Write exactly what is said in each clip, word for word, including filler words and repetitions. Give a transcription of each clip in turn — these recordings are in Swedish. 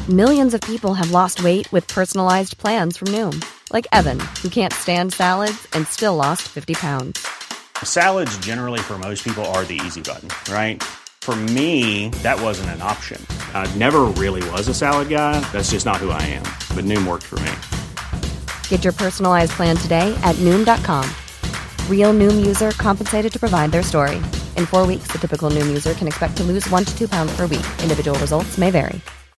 Millions of people have lost weight with personalized plans from Noom. Like Evan, who can't stand salads and still lost fifty pounds. Salads generally for most people are the easy button, right? For me, that wasn't an option. I never really was a salad guy. That's just not who I am. But Noom worked for me. Get your personalized plan today at Noom dot com. Real Noom user compensated to provide their story. In four weeks, the typical Noom user can expect to lose one to two pounds per week. Individual results may vary.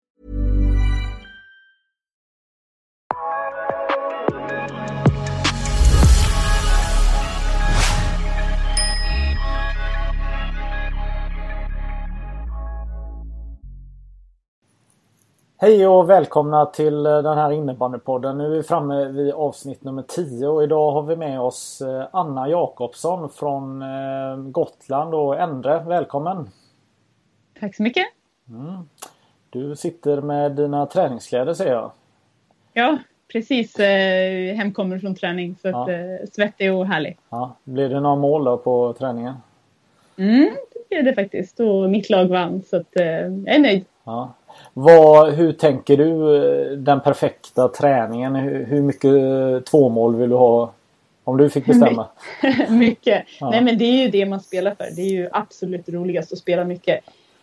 Hej och välkomna till den här innebandypodden. Nu är vi framme vid avsnitt nummer tio och idag har vi med oss Anna Jakobsson från Gotland och Endre. Välkommen! Tack så mycket! Mm. Du sitter med dina träningskläder, ser jag. Ja, precis. Hemkommer från träning, så att, ja. Svettig och härlig. Ja. Blir det några mål då på träningen? Mm, det blir det faktiskt. Och mitt lag vann, så att, jag är nöjd. Ja. Vad, hur tänker du den perfekta träningen? Hur, hur mycket tvåmål vill du ha om du fick bestämma? Mycket. Ja. Nej, men det är ju det man spelar för. Det är ju absolut roligast att spela mycket.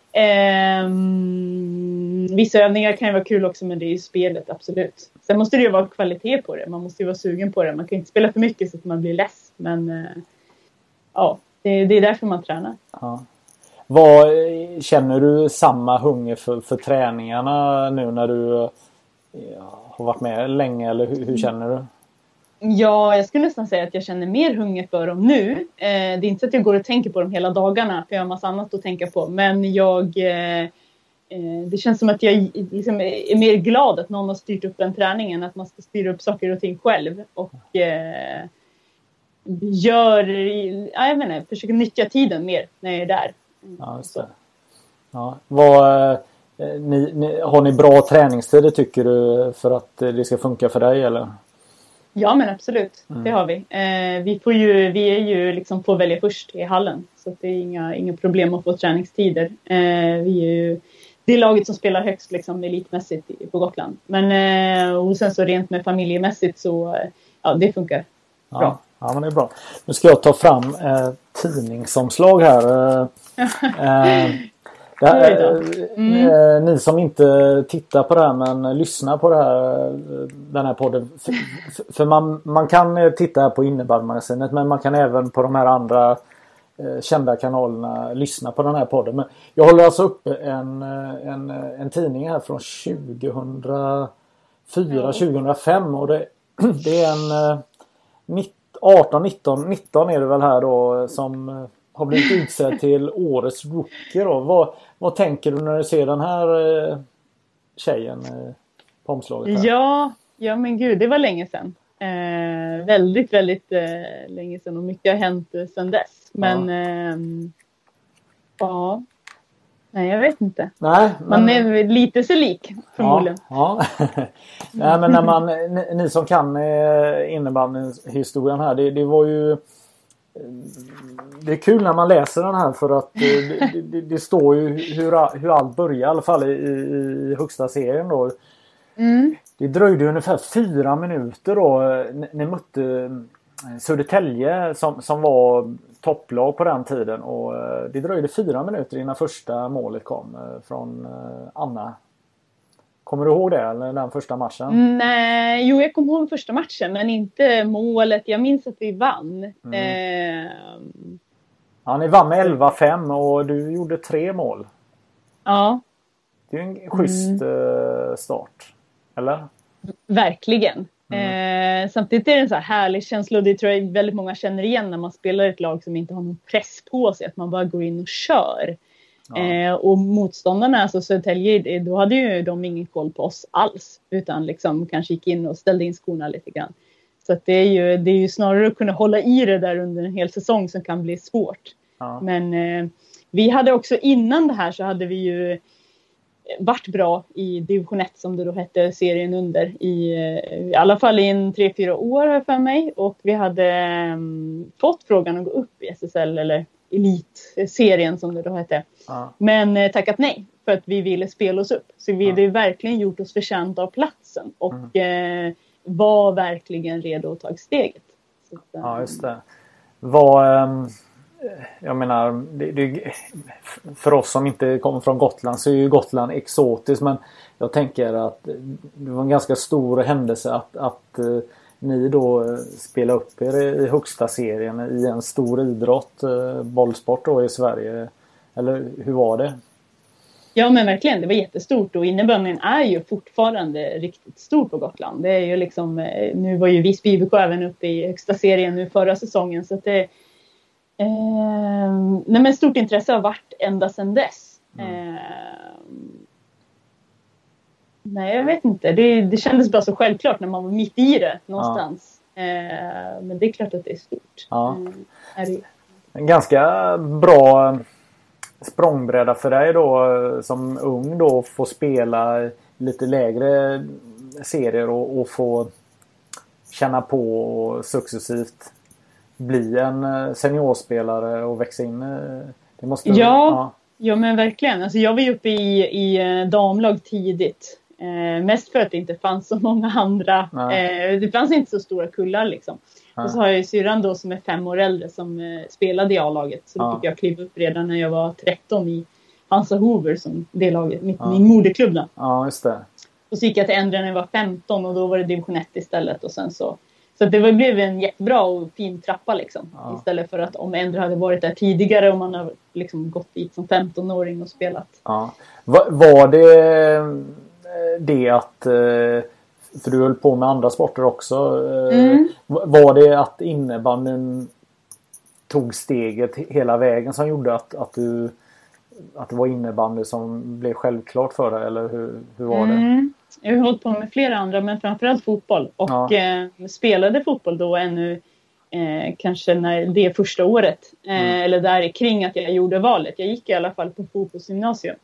Ehm, vissa övningar kan ju vara kul också, men det är ju spelet, absolut. Sen måste det ju vara kvalitet på det. Man måste ju vara sugen på det. Man kan inte spela för mycket så att man blir less. Men eh, ja, det, det är därför man tränar. Ja. Vad, känner du samma hunger för, för träningarna nu när du ja, har varit med länge, eller hur, hur känner du? Ja, jag skulle nästan säga att jag känner mer hunger för dem nu. Eh, det är inte så att jag går och tänker på dem hela dagarna, för jag har massa annat att tänka på. Men jag, eh, det känns som att jag liksom är mer glad att någon har styrt upp den träningen, att man ska styra upp saker och ting själv. Och eh, gör, ja, jag menar, försöker nyttja tiden mer när jag är där. Ja, just det. Ja. Vad, ni, ni, har ni bra träningstider, tycker du, för att det ska funka för dig, eller? Ja, men absolut. Mm. Det har vi. Eh, vi, får ju, vi är ju liksom på välja först i hallen. Så att det är inga, inga problem att få träningstider. Eh, vi är ju det är laget som spelar högst liksom, elitmässigt på Gotland. Men eh, och sen så rent med familjemässigt så ja, det funkar ja. bra. Ja, men det är bra. Nu ska jag ta fram eh, tidningsomslag här. Eh, eh, det här mm. eh, ni som inte tittar på det här men lyssnar på det här, den här podden. För, för man, man kan titta här på innebandymagasinet, men man kan även på de här andra eh, kända kanalerna lyssna på den här podden. Men jag håller alltså uppe en, en, en tidning här från tjugohundrafyra ja. tjugohundrafem och det, det är en eh, arton nitton nitton är det väl här då, som har blivit utsedd till årets rookie då. Vad, vad tänker du när du ser den här eh, tjejen eh, på omslaget här? Ja, ja men gud, det var länge sedan. Eh, väldigt, väldigt eh, länge sedan, och mycket har hänt eh, sedan dess. Men ja, eh, ja. Nej, jag vet inte. Nej, men... Man är lite så lik, förmodligen. Ja, ja. Nej, men när man, ni, ni som kan eh, innebandyhistorien här, det, det var ju det är kul när man läser den här, för att det, det, det står ju hur, hur allt börjar, i alla fall i, i högsta serien då. Mm. Det dröjde ungefär fyra minuter då. Ni mötte Södertälje som, som var topplag på den tiden, och det dröjde fyra minuter innan första målet kom från Anna. Kommer du ihåg det, eller den första matchen? Nej, jo, jag kommer ihåg första matchen, men inte målet. Jag minns att vi vann. Mm. Eh... Ja, ni vann med elva fem och du gjorde tre mål. Ja. Det är ju en schysst mm. start, eller? Verkligen. Mm. Eh, samtidigt är det en så här härlig känsla, och det tror jag väldigt många känner igen när man spelar ett lag som inte har någon press på sig, att man bara går in och kör. Ja. Eh, och motståndarna, alltså Södertälje, då hade ju de ingen koll på oss alls, utan liksom kanske gick in och ställde in skorna lite grann. Så att det är ju, det är ju snarare att kunna hålla i det där under en hel säsong som kan bli svårt. Ja. Men eh, vi hade också, innan det här så hade vi ju varit bra i division ett, som det då hette, serien under, i, i alla fall i en tre fyra år för mig, och vi hade um, fått frågan att gå upp i S S L eller elitserien som det då hette. Ja. Men eh, tackat nej, för att vi ville spela oss upp. Så vi hade verkligen gjort oss förtjänta av platsen. Och mm. eh, var verkligen redo att ta steget. Så, ja, just det. Var, eh, jag menar, det, det, för oss som inte kommer från Gotland så är ju Gotland exotiskt. Men jag tänker att det var en ganska stor händelse att, att eh, ni då spelar upp er i högsta serien i en stor idrott, eh, bollsport då i Sverige. Eller hur var det? Ja, men verkligen, det var jättestort och innebandyn är ju fortfarande riktigt stor på Gotland. Det är ju liksom, nu var ju Visby I B K även uppe i högsta serien nu förra säsongen, så att det eh, nej, men stort intresse har varit ända sedan dess. Mm. Eh, nej, jag vet inte. Det, det kändes bara så självklart när man var mitt i det någonstans. Ja. Eh, men det är klart att det är stort. Ja. Eh, är det... En ganska bra språngbräda för dig då som ung då få spela lite lägre serier och, och få känna på och successivt bli en seniorspelare och växa in. Det måste ja, ja. ja men verkligen. Alltså jag var ju uppe i, i damlag tidigt. Eh, mest för att det inte fanns så många andra. Eh, det fanns inte så stora kullar liksom. Nej. Och så har jag ju syrran då som är fem år äldre som eh, spelade i A-laget. Så då ja. fick jag kliva upp redan när jag var tretton i Hansa Hover som det laget, mitt, ja. min moderklubb då. Ja, just det. Och så gick jag till Endre när jag var femton och då var det division ett istället. Och sen så, så det var, blev en jättebra och fin trappa liksom. Ja. Istället för att om Endre hade varit där tidigare och man har liksom gått dit som femtonåring och spelat. Ja. Var, var det det att... För du höll på med andra sporter också. Mm. Var det att innebandyn tog steget hela vägen som gjorde att, att, du, att det var innebandy som blev självklart för dig? Eller hur, hur var det? Mm. Jag har hållit på med flera andra men framförallt fotboll. Och ja. eh, spelade fotboll då ännu eh, kanske när det första året. Eh, mm. Eller där kring att jag gjorde valet. Jag gick i alla fall på fotbollsgymnasium.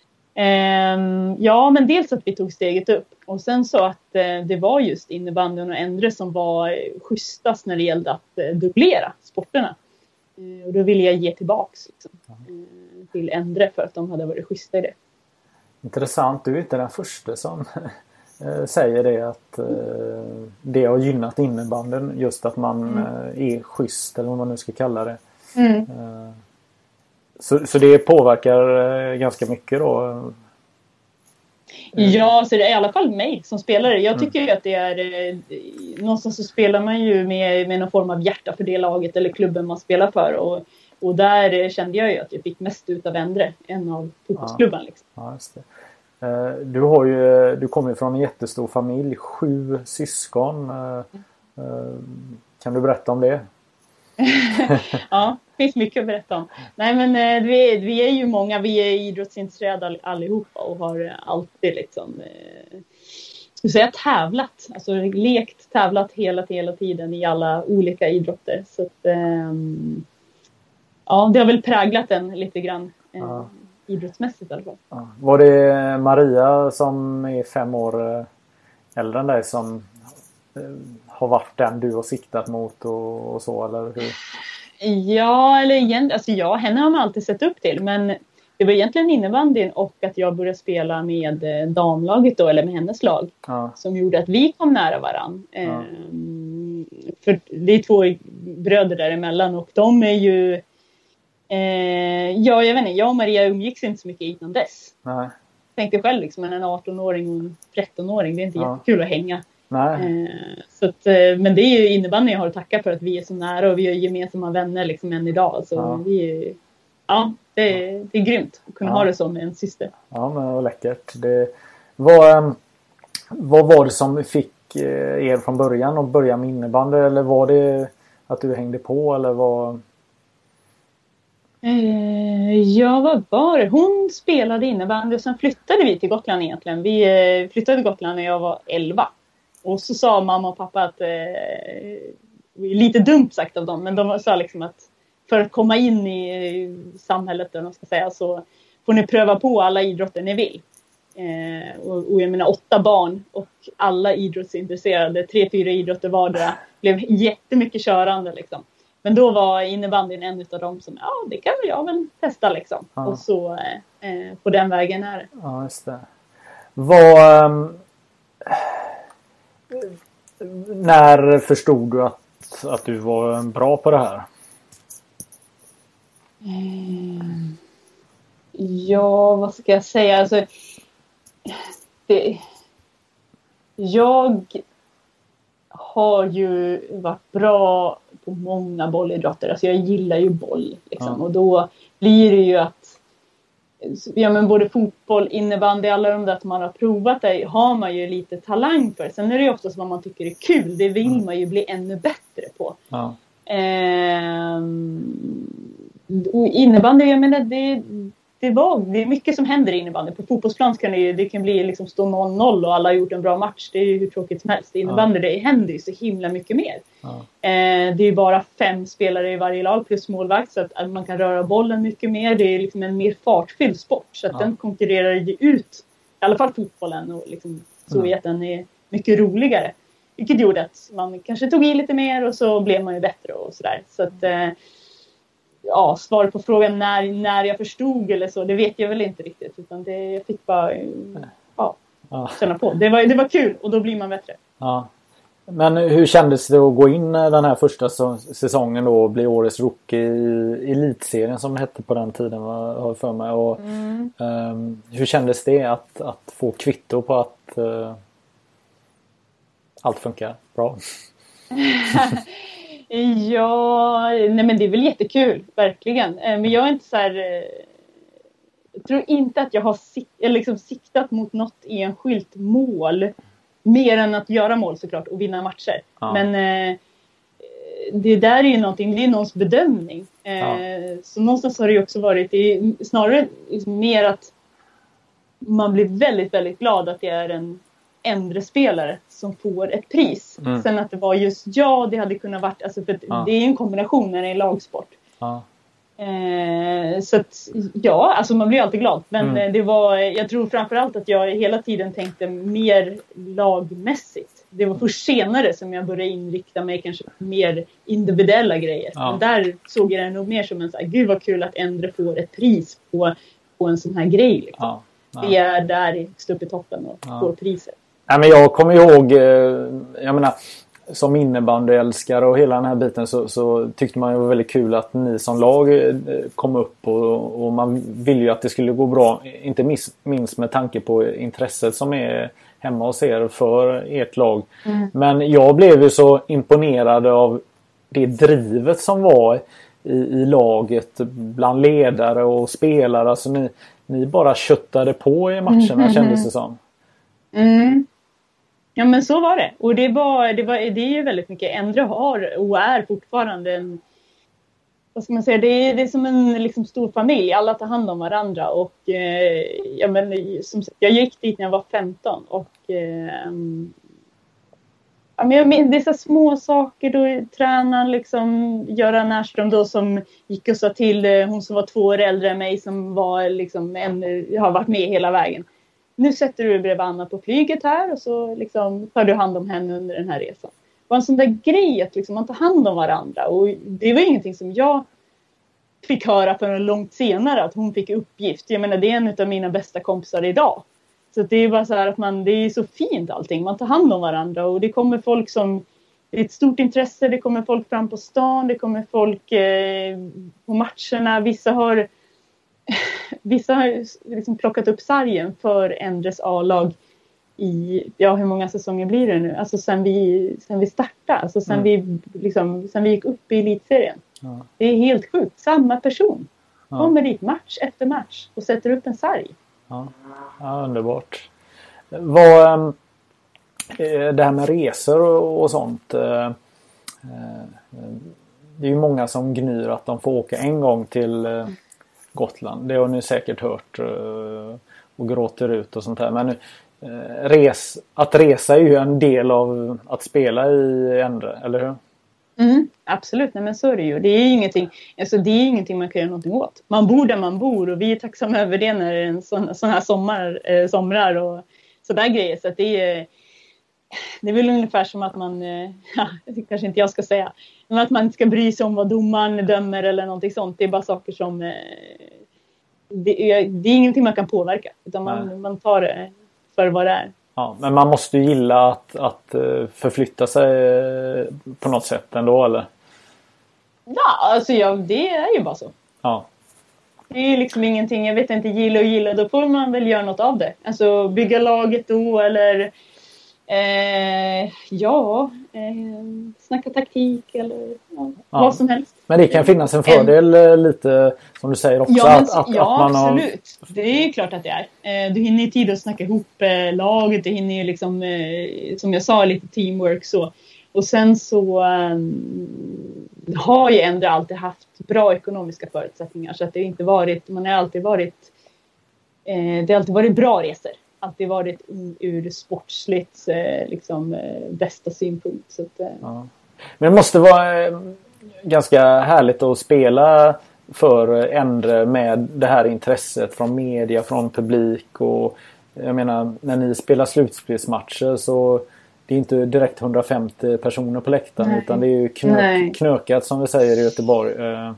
Um, ja, men dels att vi tog steget upp och sen så att uh, det var just innebandyn och Endre som var schysstast när det gällde att uh, dubblera sporterna. Uh, och då ville jag ge tillbaks liksom, uh, till Endre för att de hade varit schyssta i det. Intressant, du är inte den första som uh, säger det att uh, det har gynnat innebandyn just att man mm. uh, är schysst eller vad man nu ska kalla det. Mm. Uh, Så, så det påverkar eh, ganska mycket då? Ja, så det är i alla fall mig som spelare. Jag tycker ju mm. att det är... Eh, någonstans så spelar man ju med, med någon form av hjärta för det laget eller klubben man spelar för. Och, och där eh, kände jag ju att jag fick mest ut av Endre än av fotbollsklubben. Ja. Liksom. Ja, just det. Eh, du, har ju, du kommer ju från en jättestor familj, sju syskon. Eh, eh, kan du berätta om det? Ja, det finns mycket att berätta om. Nej men eh, vi, vi är ju många, vi är idrottsintresserade allihopa och har alltid liksom eh, ska säga tävlat, alltså lekt, tävlat hela, hela tiden i alla olika idrotter. Så att, eh, ja, det har väl präglat en lite grann eh, ja. idrottsmässigt i alla fall. Ja. Var det Maria som är fem år äldre än dig som har varit den du har siktat mot och, och så, eller hur? Ja, eller igen, alltså ja, henne har man alltid sett upp till, men det var egentligen innebandyn och att jag började spela med damlaget då, eller med hennes lag, ja. som gjorde att vi kom nära varann. Ja. Ehm, för det är två bröder däremellan och de är ju eh, ja, jag vet inte, jag och Maria umgicks inte så mycket innan dess. Nej. Tänkte själv liksom, en arton-åring och en tretton-åring, det är inte ja. jättekul att hänga. Nej. Så att, men det är ju innebandyn jag har att tacka för att vi är så nära och vi är gemensamma vänner liksom än idag. Så ja. vi är, ja, det är, det är grymt att kunna ja. ha det så med en syster. Ja, men vad läckert. Det, vad, vad var det som fick er från början att börja med innebandy? Eller var det att du hängde på? Eller vad? Eh, ja, vad var det? Hon spelade innebandy och sen flyttade vi till Gotland egentligen. Vi flyttade till Gotland när jag var elva. Och så sa mamma och pappa att, eh, lite dumt sagt av dem, men de sa liksom att för att komma in i samhället, där man ska säga, så får ni pröva på alla idrotter ni vill. Eh, och, och jag menar åtta barn och alla idrottsintresserade, tre, fyra idrotter vardera, blev jättemycket körande liksom. Men då var innebandyn en av dem som, ja det kan väl jag väl testa liksom. Ja. Och så eh, på den vägen är det. Ja, just det. Vad, um, när förstod du att, att du var bra på det här? Mm. Ja, vad ska jag säga? Alltså, det, jag har ju varit bra på många bollidrotter. Alltså jag gillar ju boll. Liksom. Ja. Och då blir det ju att ja, men både fotboll, innebandy, alla de där att man har provat det har man ju lite talang för. Sen är det ju oftast vad man tycker är kul. Det vill mm. man ju bli ännu bättre på. Ja. Ehm, och innebandy, jag menar det, det, var, det är mycket som händer i innebandy. På fotbollsplan kan det, ju, det kan bli liksom stå noll noll och alla har gjort en bra match. Det är ju hur tråkigt som helst. I innebandy ja. Det händer ju så himla mycket mer. Ja. Ehm, det är ju bara fem spelare i varje lag plus målvakt. Så att man kan röra bollen mycket mer. Det är liksom en mer fartfylld sport. Så att ja. Den konkurrerar ju ut i alla fall fotbollen. Och liksom, så mm. att den är mycket roligare. Vilket gjorde att man kanske tog i lite mer och så blev man ju bättre och sådär. Så att, eh, ja, svaret på frågan när, när jag förstod eller så, det vet jag väl inte riktigt. Utan det, jag fick bara ja, ja. känna på. Det var, det var kul och då blir man bättre. Ja. Men hur kändes det att gå in den här första säsongen då och bli årets rookie i elitserien som det hette på den tiden, har för mig. Och, mm. um, hur kändes det att, att få kvitto på att uh, allt funkar bra? Ja, nej men det är väl jättekul, verkligen. Men jag är inte så här, jag tror inte att jag har sikt, eller liksom siktat mot något enskilt mål. Mer än att göra mål såklart och vinna matcher. Ja. Men eh, det där är ju någonting, det är någons bedömning. Eh, ja. Så någonstans har det ju också varit, det är snarare liksom mer att man blir väldigt, väldigt glad att det är en äldre spelare som får ett pris. Mm. Sen att det var just jag, det hade kunnat varit, alltså för ja. Det är en kombination när det är lagsport. Ja. Eh, så att, ja, alltså man blir alltid glad. Men mm. det var, jag tror framförallt att jag hela tiden tänkte mer lagmässigt. Det var först senare som jag började inrikta mig kanske på mer individuella grejer. Ja. Men där såg jag det nog mer som en så här, gud vad kul att äldre får ett pris på, på en sån här grej. Liksom. Ja. Ja. Vi är där högst upp i toppen och ja. Får priser. Nej, men jag kommer ihåg, jag menar, som innebandyälskare och hela den här biten så, så tyckte man ju var väldigt kul att ni som lag kom upp och, och man ville ju att det skulle gå bra, inte minst, minst med tanke på intresset som är hemma hos er för ert lag. Mm. Men jag blev ju så imponerad av det drivet som var i, i laget bland ledare och spelare. Alltså ni, ni bara köttade på i matcherna mm. kändes det som. Mm. Ja men så var det. Och det var, det var det är ju väldigt mycket äldre har och är fortfarande en, vad ska man säga, det är, det är som en liksom stor familj. Alla tar hand om varandra och eh, ja, men, som sagt, jag gick dit när jag var femton och eh, ja, men jag, det är så små saker då tränaren liksom Göran Närström då som gick och sa till hon som var två år äldre än mig som var liksom en, har varit med hela vägen. Nu sätter du bredvid Anna på flyget här och så liksom tar du hand om henne under den här resan. Det var en sån där grej att liksom man tar hand om varandra. Och det var ingenting som jag fick höra förrän långt senare att hon fick uppgift. Jag menar det är en av mina bästa kompisar idag. Så det är bara så här att man, det är så fint allting. Man tar hand om varandra och det kommer folk som, det är ett stort intresse. Det kommer folk fram på stan, det kommer folk eh, på matcherna. Vissa har... Vissa har liksom plockat upp sargen för Ändres A-lag i, ja hur många säsonger blir det nu? Alltså sen vi, sen vi startade, alltså sen, mm. vi, liksom, sen vi gick upp i elitserien. Ja. Det är helt sjukt, samma person ja. Kommer dit match efter match och sätter upp en sarg. Ja, ja underbart. Vad, det här med resor och sånt, det är ju många som gnyr att de får åka en gång till Gotland. Det har ni säkert hört uh, och gråter ut och sånt här. Men uh, res, att resa är ju en del av att spela i Endre, eller hur? Mm, absolut, nej men så är det ju. Det är ju ingenting, alltså det är ingenting man kan göra någonting åt. Man bor där man bor och vi är tacksamma över det när det är en sån, sån här sommar, eh, somrar och sådär grejer. Så att det är det är väl ungefär som att man, ja, kanske inte jag ska säga, men att man inte ska bry sig om vad domaren dömer eller någonting sånt. Det är bara saker som, det är, det är ingenting man kan påverka, utan man, man tar det för vad det är. Ja, men man måste ju gilla att, att förflytta sig på något sätt ändå, eller? Ja, alltså ja, det är ju bara så. Ja. Det är liksom ingenting, jag vet inte, gilla och gilla, då får man väl göra något av det. Alltså bygga laget då, eller eh, ja, eh, snacka taktik eller ja, ja. vad som helst. Men det kan finnas en fördel en, lite, som du säger också. Ja, men, att, att, ja att man absolut. Har... Det är klart att det är. Eh, du hinner ju tid att snacka ihop eh, laget, du hinner ju liksom, eh, som jag sa, lite teamwork så. Och sen så um, har ju ändå alltid haft bra ekonomiska förutsättningar. Så att det inte varit, man har alltid varit, eh, det har alltid varit bra resor. Alltid varit ur sportsligt eh, liksom, eh, bästa synpunkt. Så att, eh. ja. Men det måste vara eh, ganska härligt att spela för Endre med det här intresset från media, från publik. Och jag menar, när ni spelar slutspelsmatcher så det är inte direkt hundrafemtio personer på läktaren. Nej. Utan det är ju knök, knökat som vi säger i Göteborg.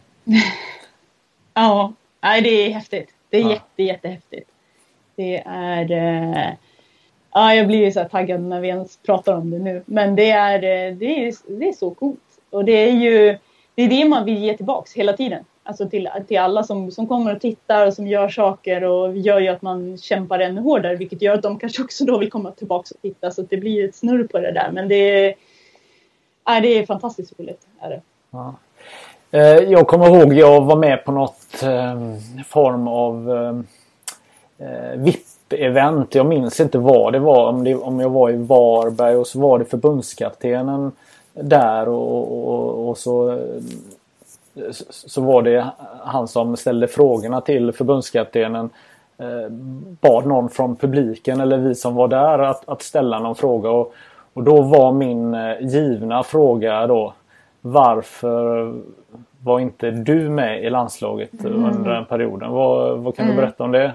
Ja, nej, det är häftigt. Det är ja. jätte, jättehäftigt. Det är... Eh, ja, jag blir ju så här taggad när vi ens pratar om det nu. Men det är, det är, det är så coolt. Och det är ju det, är det man vill ge tillbaks hela tiden. Alltså till, till alla som, som kommer och tittar och som gör saker och gör ju att man kämpar ännu hårdare, vilket gör att de kanske också då vill komma tillbaka och titta, så att det blir ett snurr på det där. Men det är, ja, det är fantastiskt roligt. Är det. Ja. Jag kommer ihåg jag var med på något eh, form av eh, V I P-event. Jag minns inte vad det var, om, det, om jag var i Varberg och så var det förbundskaptenen där och, och, och så så var det han som ställde frågorna till förbundskaptenen, eh, bad någon från publiken eller vi som var där att, att ställa någon fråga och, och då var min eh, givna fråga då, varför var inte du med i landslaget mm. under den perioden? Vad, vad kan mm. du berätta om det?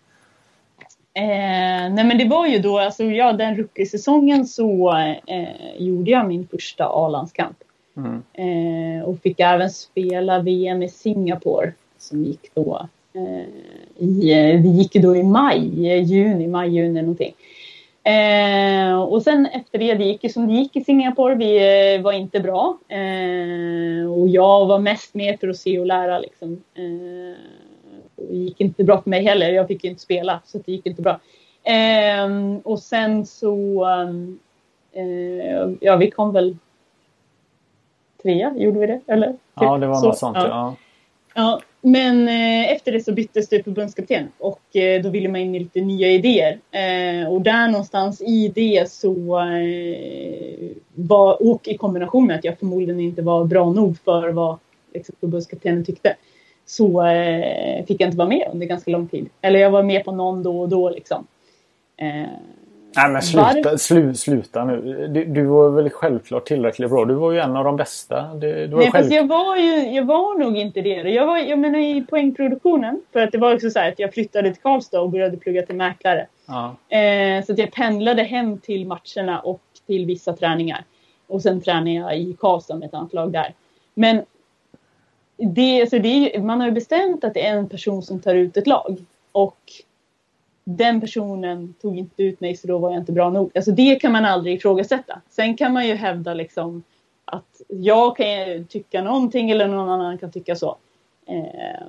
Eh, nej men det var ju då, alltså ja, den rookie-säsongen så eh, gjorde jag min första A-landskamp. Mm. Eh, och fick även spela V M i Singapore som gick då eh, i, det gick då i maj, juni, maj, juni någonting. Eh, och sen efter det, det gick ju som det gick i Singapore, vi eh, var inte bra. Eh, och jag var mest med för att se och lära liksom. Eh, och det gick inte bra för mig heller, jag fick ju inte spela så det gick inte bra. Eh, och sen så, eh, ja vi kom väl trea, gjorde vi det? Eller? Ja, det var så, något sånt. Ja. Ja. Ja, men eh, efter det så byttes det förbundskapten och eh, då ville man in i lite nya idéer. Eh, och där någonstans i det så eh, var, och i kombination med att jag förmodligen inte var bra nog för vad liksom, förbundskaptenen tyckte, så eh, fick jag inte vara med under ganska lång tid. Eller jag var med på någon då och då liksom. Eh, Nej men sluta, slu, sluta nu. Du, du var väl självklart tillräckligt bra. Du var ju en av de bästa. Du, du var Nej själv... fast jag var ju, jag var nog inte det. Jag var, jag menar i poängproduktionen. För att det var också så här att jag flyttade till Karlstad och började plugga till mäklare. Ja. Eh, så att jag pendlade hem till matcherna och till vissa träningar. Och sen tränade jag i Karlstad med ett annat lag där. Men det, alltså det är ju, man har ju bestämt att det är en person som tar ut ett lag. Och den personen tog inte ut mig så då var jag inte bra nog. Alltså det kan man aldrig ifrågasätta. Sen kan man ju hävda liksom att jag kan tycka någonting eller någon annan kan tycka så. Eh,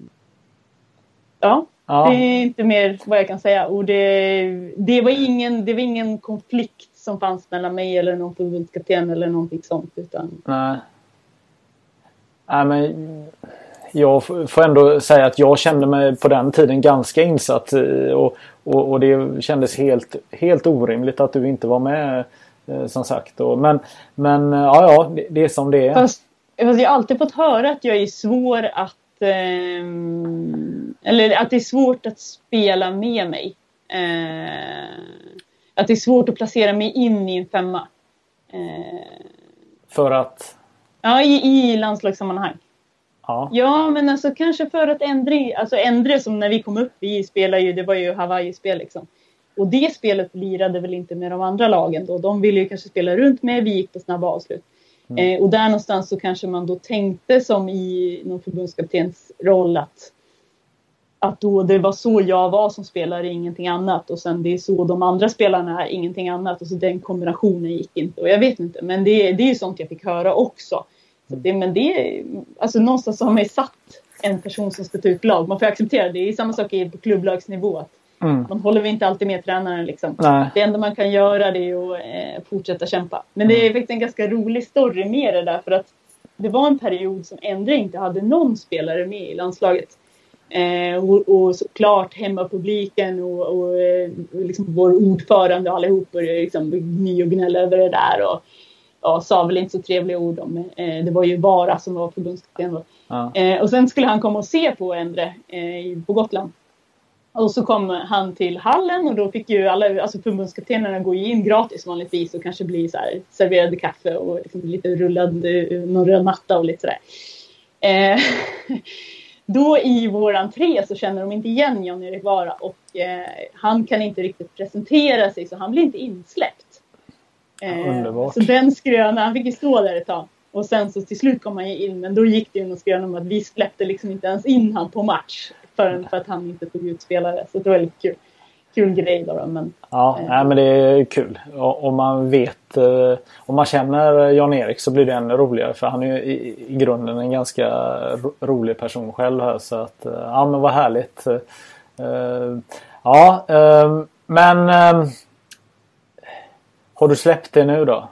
ja, ja, det är inte mer vad jag kan säga. Och det, det, var ingen, det var ingen konflikt som fanns mellan mig eller någon förbundskapten eller någonting sånt. Utan... Nej. Nej men... Jag får ändå säga att jag kände mig på den tiden ganska insatt och, och, och det kändes helt, helt orimligt att du inte var med som sagt. Och, men men ja, ja det, det är som det är. Fast, fast jag har alltid fått höra att jag är svår att eh, eller att det är svårt att spela med mig. Eh, att det är svårt att placera mig in i en femma. Eh, För att? Ja, i, i landslagssammanhang. Ja. ja, men alltså kanske för att Endre, alltså Endre som när vi kom upp, vi spelar ju, det var ju Hawaii-spel liksom. Och det spelet lirade väl inte med de andra lagen då. De ville ju kanske spela runt med, vi gick på snabba avslut. Mm. Eh, och där någonstans så kanske man då tänkte som i någon förbundskaptens roll att, att då det var så jag var som spelare, ingenting annat. Och sen det är så de andra spelarna är, ingenting annat. Och så den kombinationen gick inte. Och jag vet inte, men det, det är ju sånt jag fick höra också. Så det, men det är, alltså någonstans så har man ju satt en person som ska ta ut lag. Man får acceptera det. Det är samma sak på klubblagsnivå. Att mm. man håller inte alltid med tränaren. Liksom. Det enda man kan göra det är att eh, fortsätta kämpa. Men det är faktiskt en ganska rolig story med det där. För att det var en period som ändå inte hade någon spelare med i landslaget. Eh, och, och såklart hemmapubliken och, och, och liksom vår ordförande och allihop började liksom ny och gnälla över det där. Och ja, sa väl inte så trevliga ord om. Eh, det var ju bara som var förbundskapten då. Ja. Eh, och sen skulle han komma och se på Endre eh, på Gotland. Och så kom han till hallen och då fick ju alla, alltså förbundskaptenerna gå in gratis vanligtvis och kanske bli så här, serverade kaffe och liksom lite rullad, någon röd matta och lite sådär. Eh, då i vår entré så känner de inte igen Jan-Erik Vara och eh, han kan inte riktigt presentera sig så han blir inte insläppt. Eh, Underbart. Så den skröna, han fick ju stå där ett tag. Och sen så till slut kom han ju in. Men då gick det ju någon skröna om att vi släppte liksom inte ens in han på match. För, för att han inte tog ut spelare. Så det var lite kul, kul grej då. Men, ja, eh. nej, men det är kul. Och, om man vet, eh, om man känner Jan-Erik så blir det ännu roligare. För han är ju i, i grunden en ganska ro, rolig person själv här. Så att, eh, ja men vad härligt. Eh, ja, eh, men... Eh, har du släppt det nu då?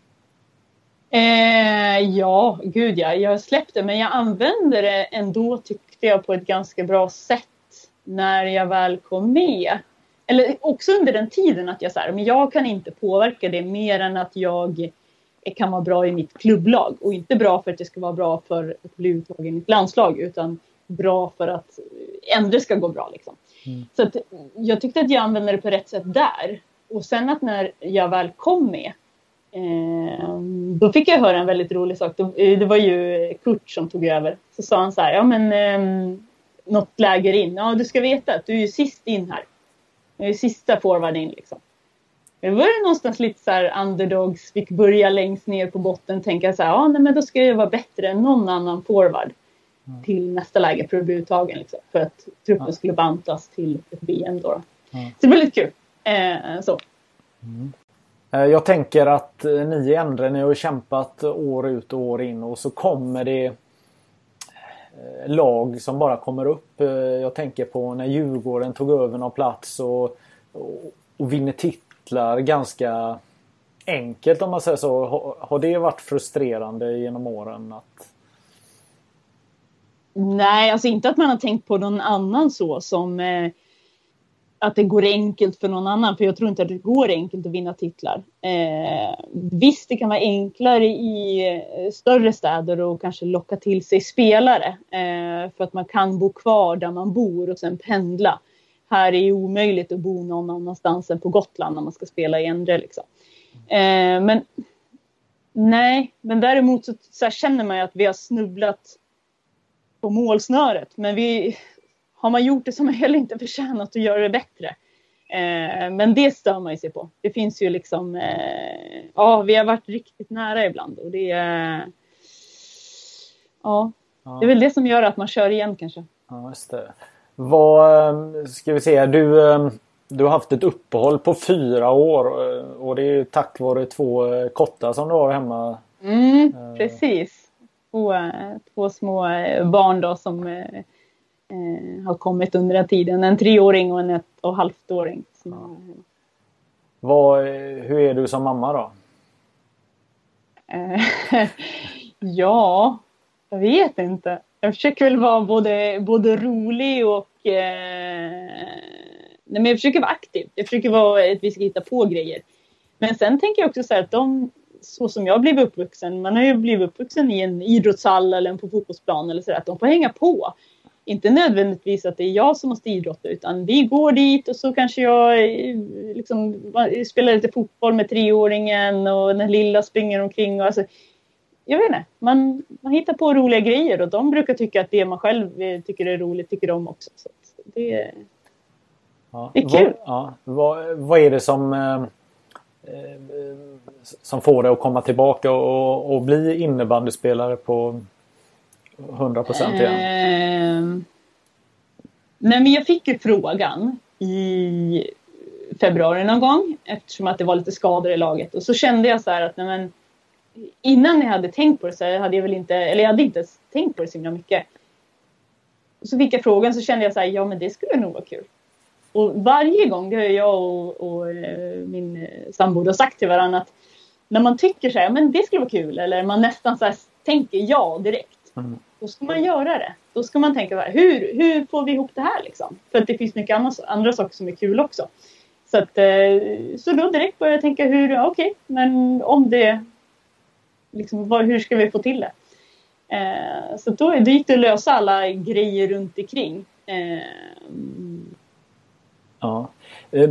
Eh, ja, gud ja. Jag har släppt det. Men jag använder det ändå tyckte jag på ett ganska bra sätt. När jag väl kom med. Eller också under den tiden att jag så här, men jag kan inte påverka det mer än att jag kan vara bra i mitt klubblag. Och inte bra för att det ska vara bra för att bli uttagen i mitt landslag. Utan bra för att ändå ska gå bra liksom. Mm. Så att jag tyckte att jag använde det på rätt sätt där. Och sen att när jag väl kom med. Eh, då fick jag höra en väldigt rolig sak. Det var ju Kurt som tog över. Så sa han så här. Ja men eh, något läger in. Ja du ska veta att du är ju sist in här. Du är ju sista forward in liksom. Det var ju någonstans lite så här underdogs. Fick börja längst ner på botten. Tänka så här. Ja nej, men då ska jag vara bättre än någon annan forward. Mm. Till nästa läge för att bli uttagen liksom. För att truppen mm. skulle bantas till ett V M då. Mm. Så det var lite kul. Eh, så. Mm. Jag tänker att ni i Endre, ni har kämpat år ut och år in och så kommer det lag som bara kommer upp. Jag tänker på när Djurgården tog över någon plats och, och, och vinner titlar ganska enkelt om man säger så. Har, har det varit frustrerande genom åren? Att... Nej, alltså inte att man har tänkt på någon annan så som... Eh... att det går enkelt för någon annan. För jag tror inte att det går enkelt att vinna titlar. Eh, visst, det kan vara enklare i större städer och kanske locka till sig spelare. Eh, för att man kan bo kvar där man bor och sen pendla. Här är det omöjligt att bo någon annanstans än på Gotland när man ska spela i Endre. Liksom. Eh, men nej, men däremot så, så här känner man ju att vi har snubblat på målsnöret. Men vi... har man gjort det som man heller inte förtjänat att göra det bättre. Eh, men det stör man ju sig på. Det finns ju liksom... Eh, ja, vi har varit riktigt nära ibland. Och det är... Eh, ja, ja, det är väl det som gör att man kör igen kanske. Ja, just det. Vad ska vi säga? Du, du har haft ett uppehåll på fyra år. Och det är tack vare två kottar som du har hemma. Mm, precis. Två, två små barn då som... Eh, Eh, har kommit under den tiden. En treåring och en ett och halvtåring. Som ja. Vad, hur är du som mamma då? Eh, ja, jag vet inte. Jag försöker väl vara både, både rolig och... Eh, nej, men jag försöker vara aktiv. Jag försöker vara att vi ska hitta på grejer. Men sen tänker jag också så här att de... så som jag blev uppvuxen. Man har ju blivit uppvuxen i en idrottshall eller på fotbollsplan eller så där, att de får hänga på. Inte nödvändigtvis att det är jag som måste idrotta utan vi går dit och så kanske jag liksom spelar lite fotboll med treåringen och den lilla springer omkring. Och alltså, jag vet inte, man, man hittar på roliga grejer och de brukar tycka att det man själv tycker är roligt tycker de också. Så det, Ja. Det är kul. Vad, ja. vad, vad är det som eh, som får dig att komma tillbaka och, och bli innebandyspelare på hundra procent igen? Eh, nej men jag fick ju frågan i februari någon gång, eftersom att det var lite skador i laget, och så kände jag så här att nej men, innan jag hade tänkt på det så hade jag väl inte, eller jag hade inte tänkt på det så himla mycket. Och så fick jag frågan, så kände jag så här, ja men det skulle nog vara kul. Och varje gång, det har jag och, och min sambo har sagt till varandra, att när man tycker så här, men det skulle vara kul, eller man nästan så här tänker ja direkt, mm. då ska man göra det. Då ska man tänka, hur, hur får vi ihop det här liksom? För att det finns mycket andra, andra saker som är kul också. Så, att, så då direkt började jag tänka, hur, okej, okay, men om det, liksom, hur ska vi få till det? Eh, så då det gick det att lösa alla grejer runt omkring. Eh, ja. Eh,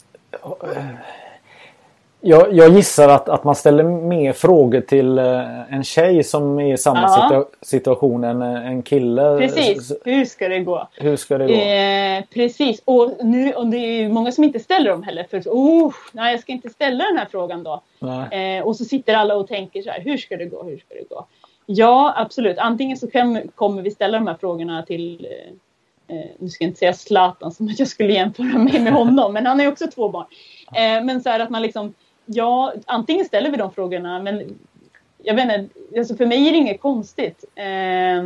jag, jag gissar att, att man ställer mer frågor till en tjej som är i samma ja. situa- situation än en kille. Precis, hur ska det gå? Hur ska det gå? Eh, precis, och, nu, och det är ju många som inte ställer dem heller. För oh, nej, jag ska inte ställa den här frågan då. Eh, och så sitter alla och tänker så här, hur ska det gå, hur ska det gå? Ja, absolut. Antingen så kan, kommer vi ställa de här frågorna till, eh, nu ska jag inte säga Zlatan som att jag skulle jämföra mig med honom, men han är också två barn. Eh, men så här att man liksom, ja, antingen ställer vi de frågorna, men jag vet inte, alltså för mig är det inget konstigt. Eh,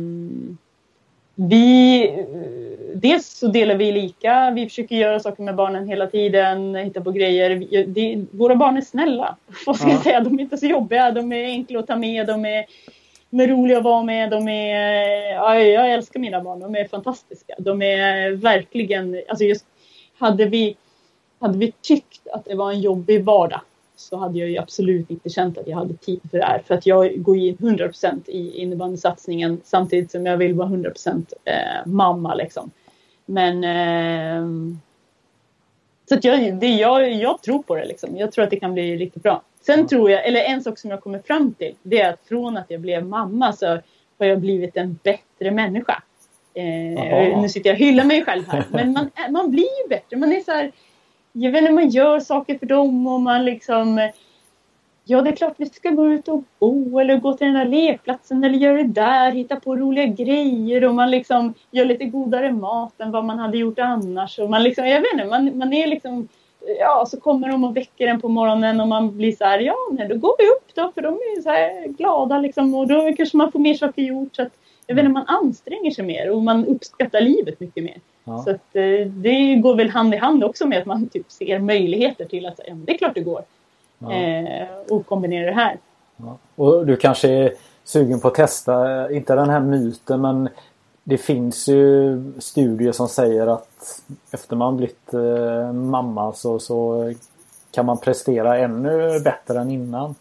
vi, dels så delar vi lika, vi försöker göra saker med barnen hela tiden, hitta på grejer. Vi, det, våra barn är snälla, vad ska jag säga, de är inte så jobbiga, de är enkla att ta med, de är, de är roliga att vara med, de är, ja, jag älskar mina barn, de är fantastiska, de är verkligen, alltså just, hade vi hade vi tyckt att det var en jobbig vardag, så hade jag ju absolut inte känt att jag hade tid för det här. För att jag går in hundra procent i innebandysatsningen samtidigt som jag vill vara hundra procent eh, mamma liksom. Men eh, så att jag, det, jag, jag tror på det liksom. Jag tror att det kan bli riktigt bra. Sen tror jag, eller en sak som jag kommer fram till, det är att från att jag blev mamma så har jag blivit en bättre människa. Eh, nu sitter jag och hyllar mig själv här. Men man, man blir ju bättre. Man är så här, jag vet inte, man gör saker för dem och man liksom, ja det är klart vi ska gå ut och bo eller gå till den här lekplatsen eller göra det där, hitta på roliga grejer och man liksom gör lite godare mat än vad man hade gjort annars och man liksom, jag vet inte, man, man är liksom, ja så kommer de och väcker en på morgonen och man blir så här, ja nej, då går vi upp då för de är så här glada liksom och då kanske man får mer saker gjort så att jag vet inte, man anstränger sig mer och man uppskattar livet mycket mer. Ja. Så att, eh, det går väl hand i hand också med att man typ ser möjligheter till att ja, det är klart det går. Ja. Eh, och kombinera det här. Ja. Och du kanske är sugen på att testa, inte den här myten, men det finns ju studier som säger att efter man blivit eh, mamma så, så kan man prestera ännu bättre än innan.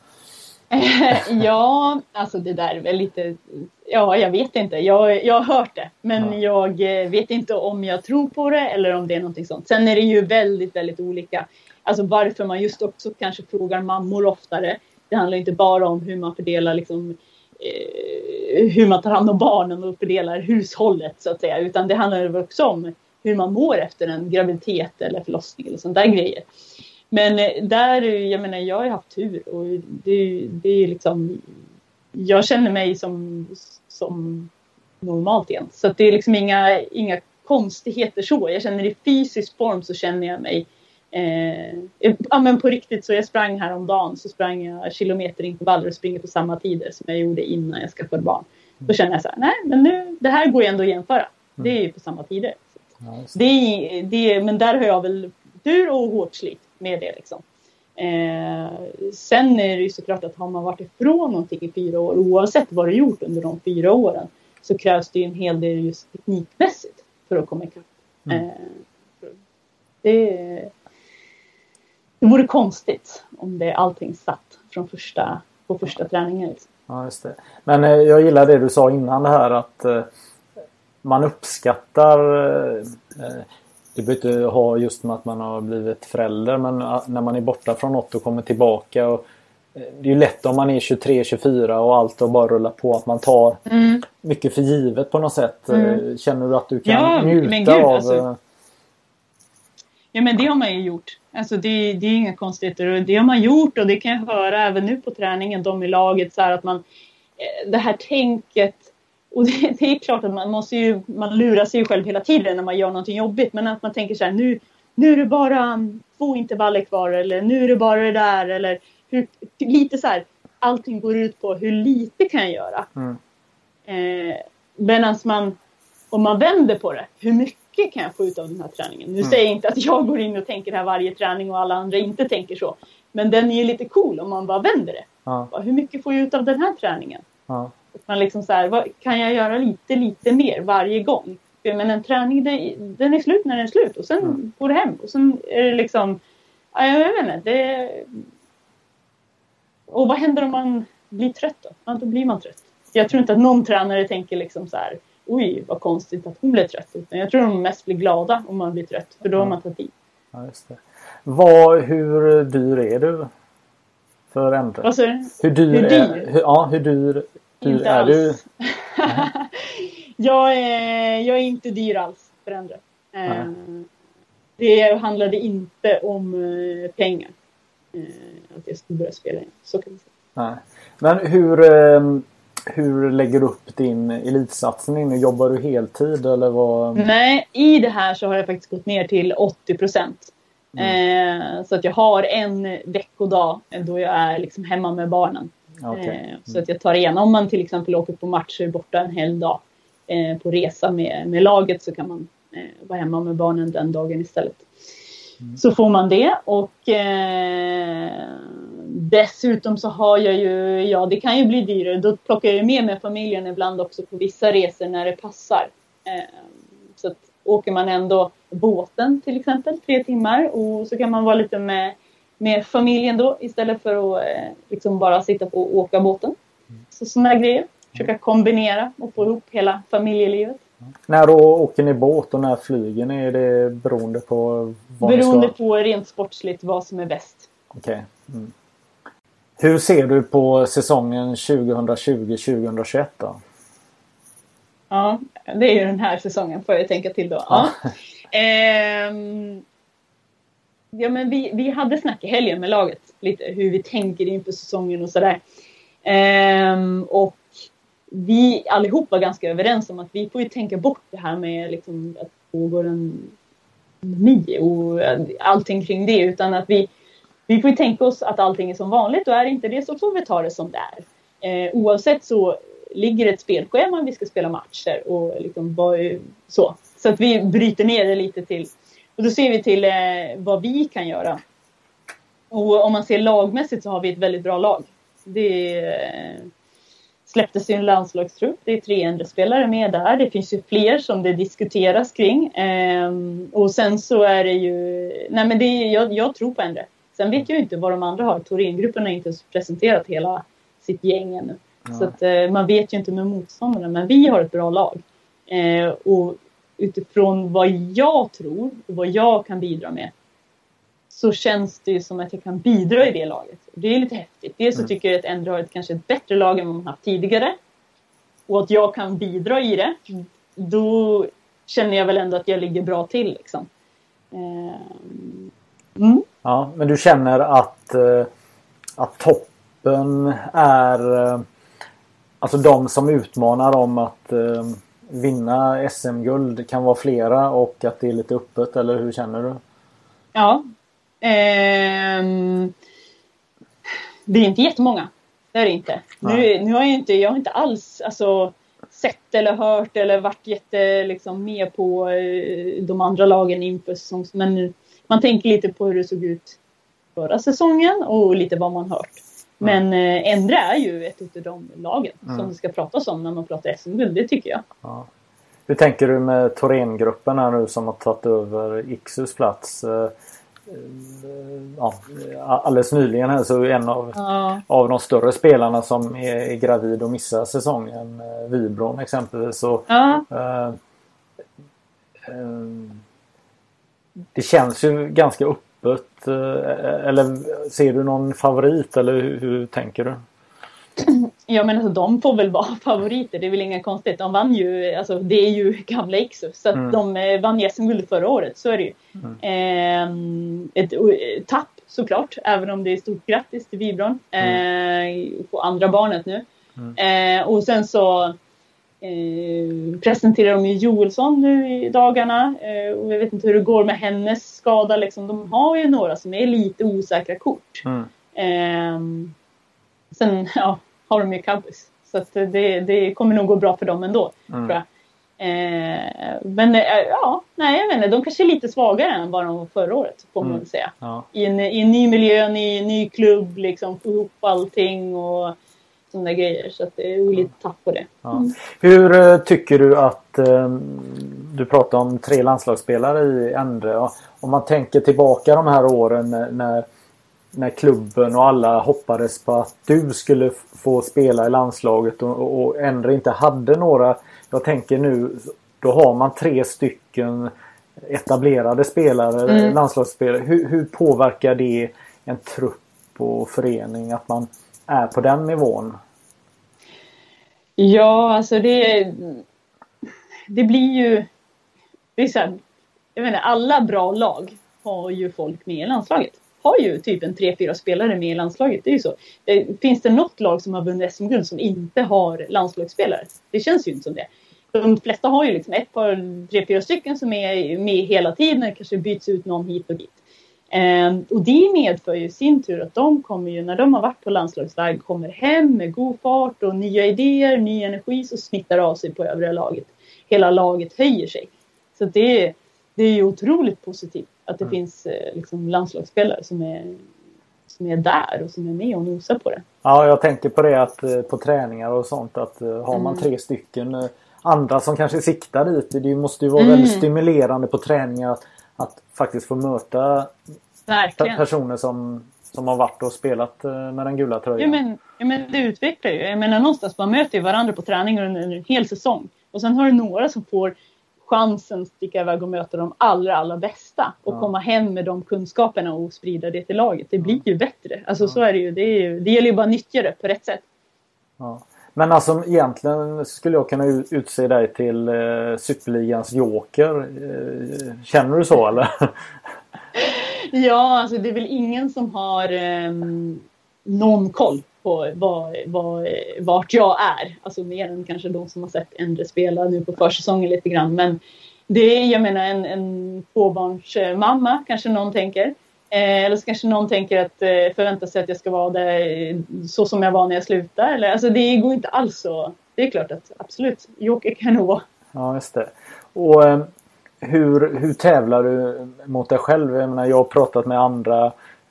Ja, alltså det där är väl lite, ja jag vet inte, jag, jag har hört det men ja. Jag vet inte om jag tror på det eller om det är någonting sånt. Sen är det ju väldigt, väldigt olika, alltså varför man just också kanske frågar mammor oftare. Det handlar inte bara om hur man fördelar liksom, eh, hur man tar hand om barnen och fördelar hushållet så att säga, utan det handlar också om hur man mår efter en graviditet eller förlossning eller sånt där grejer. Men där, jag menar, jag har haft tur och det, det är liksom, jag känner mig som, som normalt igen. Så att det är liksom inga, inga konstigheter så. Jag känner i fysisk form så känner jag mig, eh, ja men på riktigt så jag sprang här om dagen så sprang jag kilometerintervaller och springer på samma tider som jag gjorde innan jag skaffade barn. Då känner jag så här, nej men nu, det här går ju ändå att jämföra. Det är ju på samma tider. Det är, det är, men där har jag väl tur och hårt slit med det liksom. Eh, sen är det ju såklart att har man varit ifrån någonting i fyra år, oavsett vad du gjort under de fyra åren, så krävs det ju en hel del just teknikmässigt för att komma ikapp. Mm. Eh, det, det vore konstigt om det allting satt från första, på första träningen. Liksom. Ja, just det. Men eh, jag gillar det du sa innan det här att eh, man uppskattar eh, det behöver inte ha just med att man har blivit förälder, men när man är borta från något och kommer tillbaka och det är ju lätt om man är tjugotre tjugofyra och allt och bara rullar på att man tar mm. mycket för givet på något sätt. Mm. Känner du att du kan ja, njuta gud, av alltså, Ja, men det har man ju gjort. Alltså det, det är inga konstigheter. Och det har man gjort och det kan jag höra även nu på träningen. De i laget så här att man... Det här tänket... Och det, det är klart att man måste ju... Man lurar sig själv hela tiden när man gör någonting jobbigt. Men att man tänker så här, nu, nu är det bara två intervaller kvar. Eller nu är det bara det där. Eller hur, lite så här... Allting går ut på hur lite kan jag göra. Mm. Eh, medan man... Om man vänder på det. Hur mycket kan jag få ut av den här träningen? Nu mm. säger jag inte att jag går in och tänker här varje träning och alla andra inte tänker så. Men den är ju lite cool om man bara vänder det. Ja. Hur mycket får jag ut av den här träningen? Ja. Att man liksom så här, vad, kan jag göra lite, lite mer varje gång? Men en träning, det, den är slut när den är slut. Och sen mm. går det hem. Och sen är det liksom, ja, jag vet inte. Det, och vad händer om man blir trött då? Ja, då blir man trött. Jag tror inte att någon tränare tänker liksom så här, oj, vad konstigt att hon blev trött. Utan jag tror de mest blir glada om man blir trött. För då har man tagit i. Ja, just det. Vad, hur dyr är du för ämne? Vad säger du? Hur dyr, hur dyr? Är, hur, ja, hur dyr, dyr inte är alls. du? jag, är, jag är inte dyr alls för ändra. Eh, det handlade inte om eh, pengar. Eh, att jag skulle börja spela igen. Så kan man säga. Nej. Men hur... Eh, Hur lägger du upp din elitsatsning? Jobbar du heltid eller vad? Nej, i det här så har jag faktiskt gått ner till åttio procent. Mm. Eh, så att jag har en veckodag då jag är liksom hemma med barnen. Okay. Mm. Eh, så att jag tar igen. Om man till exempel åker på matcher borta en hel dag eh, på resa med, med laget så kan man eh, vara hemma med barnen den dagen istället. Mm. Så får man det och eh, dessutom så har jag ju, ja det kan ju bli dyrare, då plockar jag ju med med familjen ibland också på vissa resor när det passar. Eh, så att åker man ändå båten till exempel tre timmar och så kan man vara lite med, med familjen då istället för att eh, liksom bara sitta på och åka båten. Mm. Så sådana grejer, försöka kombinera och få ihop hela familjelivet. När då åker ni båt och när flyger ni? Är det beroende på vad Beroende ska... på rent sportsligt vad som är bäst. Okej. Okay. Mm. Hur ser du på säsongen tjugohundratjugo tjugohundratjugoett då? Ja, det är ju den här säsongen får jag tänka till då. Ja, ja. ehm, ja men vi, vi hade snack i helgen med laget. Lite hur vi tänker inför säsongen och sådär. Ehm, och vi allihop var ganska överens om att vi får ju tänka bort det här med liksom att pågår en nio och allting kring det. Utan att vi, vi får ju tänka oss att allting är som vanligt och är inte det så får vi ta det som det är. Eh, oavsett så ligger ett spelschema, vi ska spela matcher och liksom vad, så. Så att vi bryter ner det lite till. Och då ser vi till eh, vad vi kan göra. Och om man ser lagmässigt så har vi ett väldigt bra lag. Det är... släpptes ju en landslagstrupp. Det är tre andra spelare med där. Det finns ju fler som det diskuteras kring. Ehm, och sen så är det ju... Nej men det är, jag, jag tror på ändå. Sen vet jag ju inte vad de andra har. Thorengruppen har inte presenterat hela sitt gäng ännu. Ja. Så att, eh, man vet ju inte med motståndarna. Men vi har ett bra lag. Ehm, och utifrån vad jag tror och vad jag kan bidra med. Så känns det ju som att jag kan bidra i det laget. Det är lite häftigt. Dels så mm. tycker jag att Endre har ett kanske ett bättre lag än vad man haft tidigare. Och att jag kan bidra i det. Då känner jag väl ändå att jag ligger bra till liksom. Mm. Ja, men du känner att, att toppen är alltså de som utmanar om att vinna S M-guld kan vara flera och att det är lite öppet, eller hur känner du? Ja. Ehm, det är inte jättemånga. Det är det inte. Nu, nu har jag inte, jag har inte alls alltså, sett eller hört eller varit jätte liksom, med på eh, de andra lagen inför säsongen. Men man tänker lite på hur det såg ut förra säsongen och lite vad man hört. Men eh, Endre är ju ett av de lagen mm. som det ska pratas om när man pratar S M-guld, det tycker jag. Ja. Hur tänker du med Thorengruppen här nu som har tagit över Iksus plats? Ja, alldeles nyligen här så är en av, ja. av de större spelarna som är, är gravid och missar säsongen, Wibron exempelvis. Så, ja. eh, eh, det känns ju ganska öppet. Eh, eller ser du någon favorit eller hur, hur tänker du? Jag menar, alltså, de får väl vara favoriter. Det är väl inga konstigt. De vann ju, alltså det är ju gamla Iksus. Så att mm. de eh, vann S M-guld förra året. Så är det ju. Mm. Eh, ett, ett tapp såklart. Även om det är stort grattis till Vibron. Mm. Eh, på andra barnet nu. Mm. Eh, och sen så eh, presenterar de ju Joelsson nu i dagarna. Eh, och jag vet inte hur det går med hennes skada. Liksom. De har ju några som är lite osäkra kort. Mm. Eh, sen, ja. har de ju Cowboys. Så att det, det kommer nog gå bra för dem ändå. Mm. Tror jag. Eh, men eh, ja, nej jag vet inte. De kanske är lite svagare än vad de var förra året. Får man mm. väl säga. Ja. I, en, I en ny miljö, ny, ny klubb. Liksom, få ihop allting och sådana grejer. Så att det är lite tapp på det. Ja. Mm. Hur uh, tycker du att uh, du pratar om tre landslagsspelare i Endre. Om man tänker tillbaka de här åren när, när när klubben och alla hoppades på att du skulle få spela i landslaget och, och Endre inte hade några. Jag tänker nu, då har man tre stycken etablerade spelare, mm. landslagsspelare. Hur, hur påverkar det en trupp och förening att man är på den nivån? Ja, alltså det det blir ju det är så här, jag menar, alla bra lag har ju folk med i landslaget. Har ju typ en tre fyra spelare med i landslaget. Det är ju så. Det, finns det något lag som har vunnit S M-guld som inte har landslagsspelare? Det känns ju inte som det. De flesta har ju liksom ett par, tre fyra stycken som är med hela tiden. Kanske byts ut någon hit och dit. Um, och det medför ju sin tur att de kommer ju, när de har varit på landslagsväg, kommer hem med god fart och nya idéer, ny energi, så smittar av sig på övriga laget. Hela laget höjer sig. Så det, det är ju otroligt positivt. Att det mm. finns liksom, landslagsspelare som är, som är där och som är med och nosar på det. Ja, jag tänker på det att på träningar och sånt att har man mm. tre stycken andra som kanske siktar dit. Det måste ju vara mm. väldigt stimulerande på träningar att, att faktiskt få möta Verkligen. personer som, som har varit och spelat med den gula tröjan. Ja, men, ja, men det utvecklar ju. Jag menar någonstans, man möter ju varandra på träningar under en hel säsong. Och sen har du några som får chansen att sticka iväg och möta de allra, allra bästa. Och ja. komma hem med de kunskaperna och sprida det till laget. Det blir ju bättre. Alltså ja. så är det ju. Det, är ju. Det gäller ju bara att nyttja det på rätt sätt. Ja. Men alltså egentligen skulle jag kunna utse dig till eh, Superligans joker. Eh, känner du så eller? Ja, alltså det är väl ingen som har eh, någon koll på vad, vad, vart jag är. Alltså mer än kanske de som har sett Endre spela nu på försäsongen lite grann. Men det är, jag menar, en, en tvåbarnsmamma kanske någon tänker. Eh, eller så kanske någon tänker att eh, förväntar sig att jag ska vara där så som jag var när jag slutade. Eller, alltså det går inte alls så. Det är klart att absolut, Joker kan nog vara. Ja, just det. Och eh, hur, hur tävlar du mot dig själv? Jag menar, jag har pratat med andra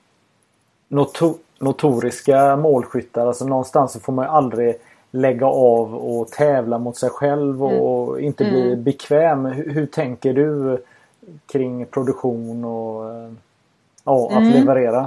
noto- notoriska målskyttar. Alltså någonstans så får man ju aldrig lägga av och tävla mot sig själv och mm. inte bli mm. bekväm. Hur, hur tänker du kring produktion och ja, att mm. leverera?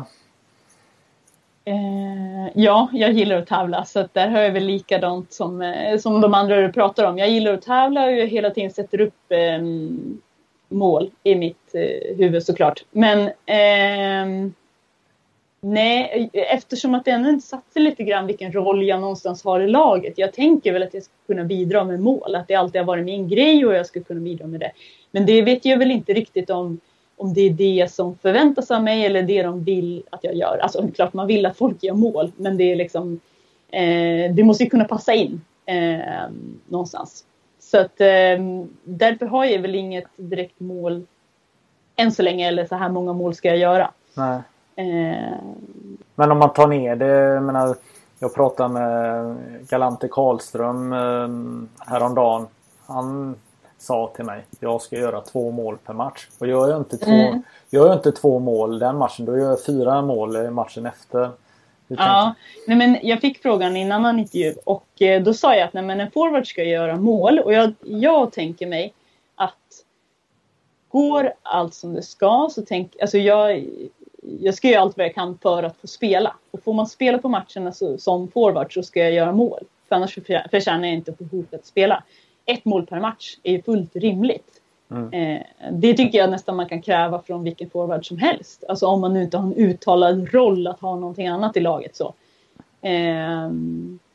Eh, ja, jag gillar att tävla, så att där har jag väl likadant som, eh, som de andra du pratar om. Jag gillar att tävla och jag hela tiden sätter upp eh, mål i mitt eh, huvud såklart. Men eh, nej, eftersom att det ändå inte satt lite grann vilken roll jag någonstans har i laget. Jag tänker väl att jag ska kunna bidra med mål. Att det alltid har varit min grej och jag ska kunna bidra med det. Men det vet jag väl inte riktigt om, om det är det som förväntas av mig eller det de vill att jag gör. Alltså klart man vill att folk gör mål. Men det är liksom, eh, det måste ju kunna passa in eh, någonstans. Så att eh, därför har jag väl inget direkt mål än så länge. Eller så här många mål ska jag göra. Nej. Men om man tar ner det, jag menar, jag pratade med Galante Karlström eh, häromdagen. Han sa till mig, jag ska göra två mål per match. Och jag gör inte två, mm. jag gör inte två mål den matchen, då gör jag fyra mål i matchen efter. Ja, nej, men jag fick frågan i en annan intervju och eh, då sa jag att nej, men en forward ska göra mål. Och jag, jag tänker mig att går allt som det ska, så tänk, alltså jag... Jag ska göra allt vad jag kan för att få spela. Och får man spela på matcherna så, som forward, så ska jag göra mål. För annars förtjänar jag inte på hotet att spela. Ett mål per match är ju fullt rimligt. Mm. Eh, det tycker jag nästan man kan kräva från vilken forward som helst. Alltså om man nu inte har en uttalad roll att ha någonting annat i laget. Så. Eh,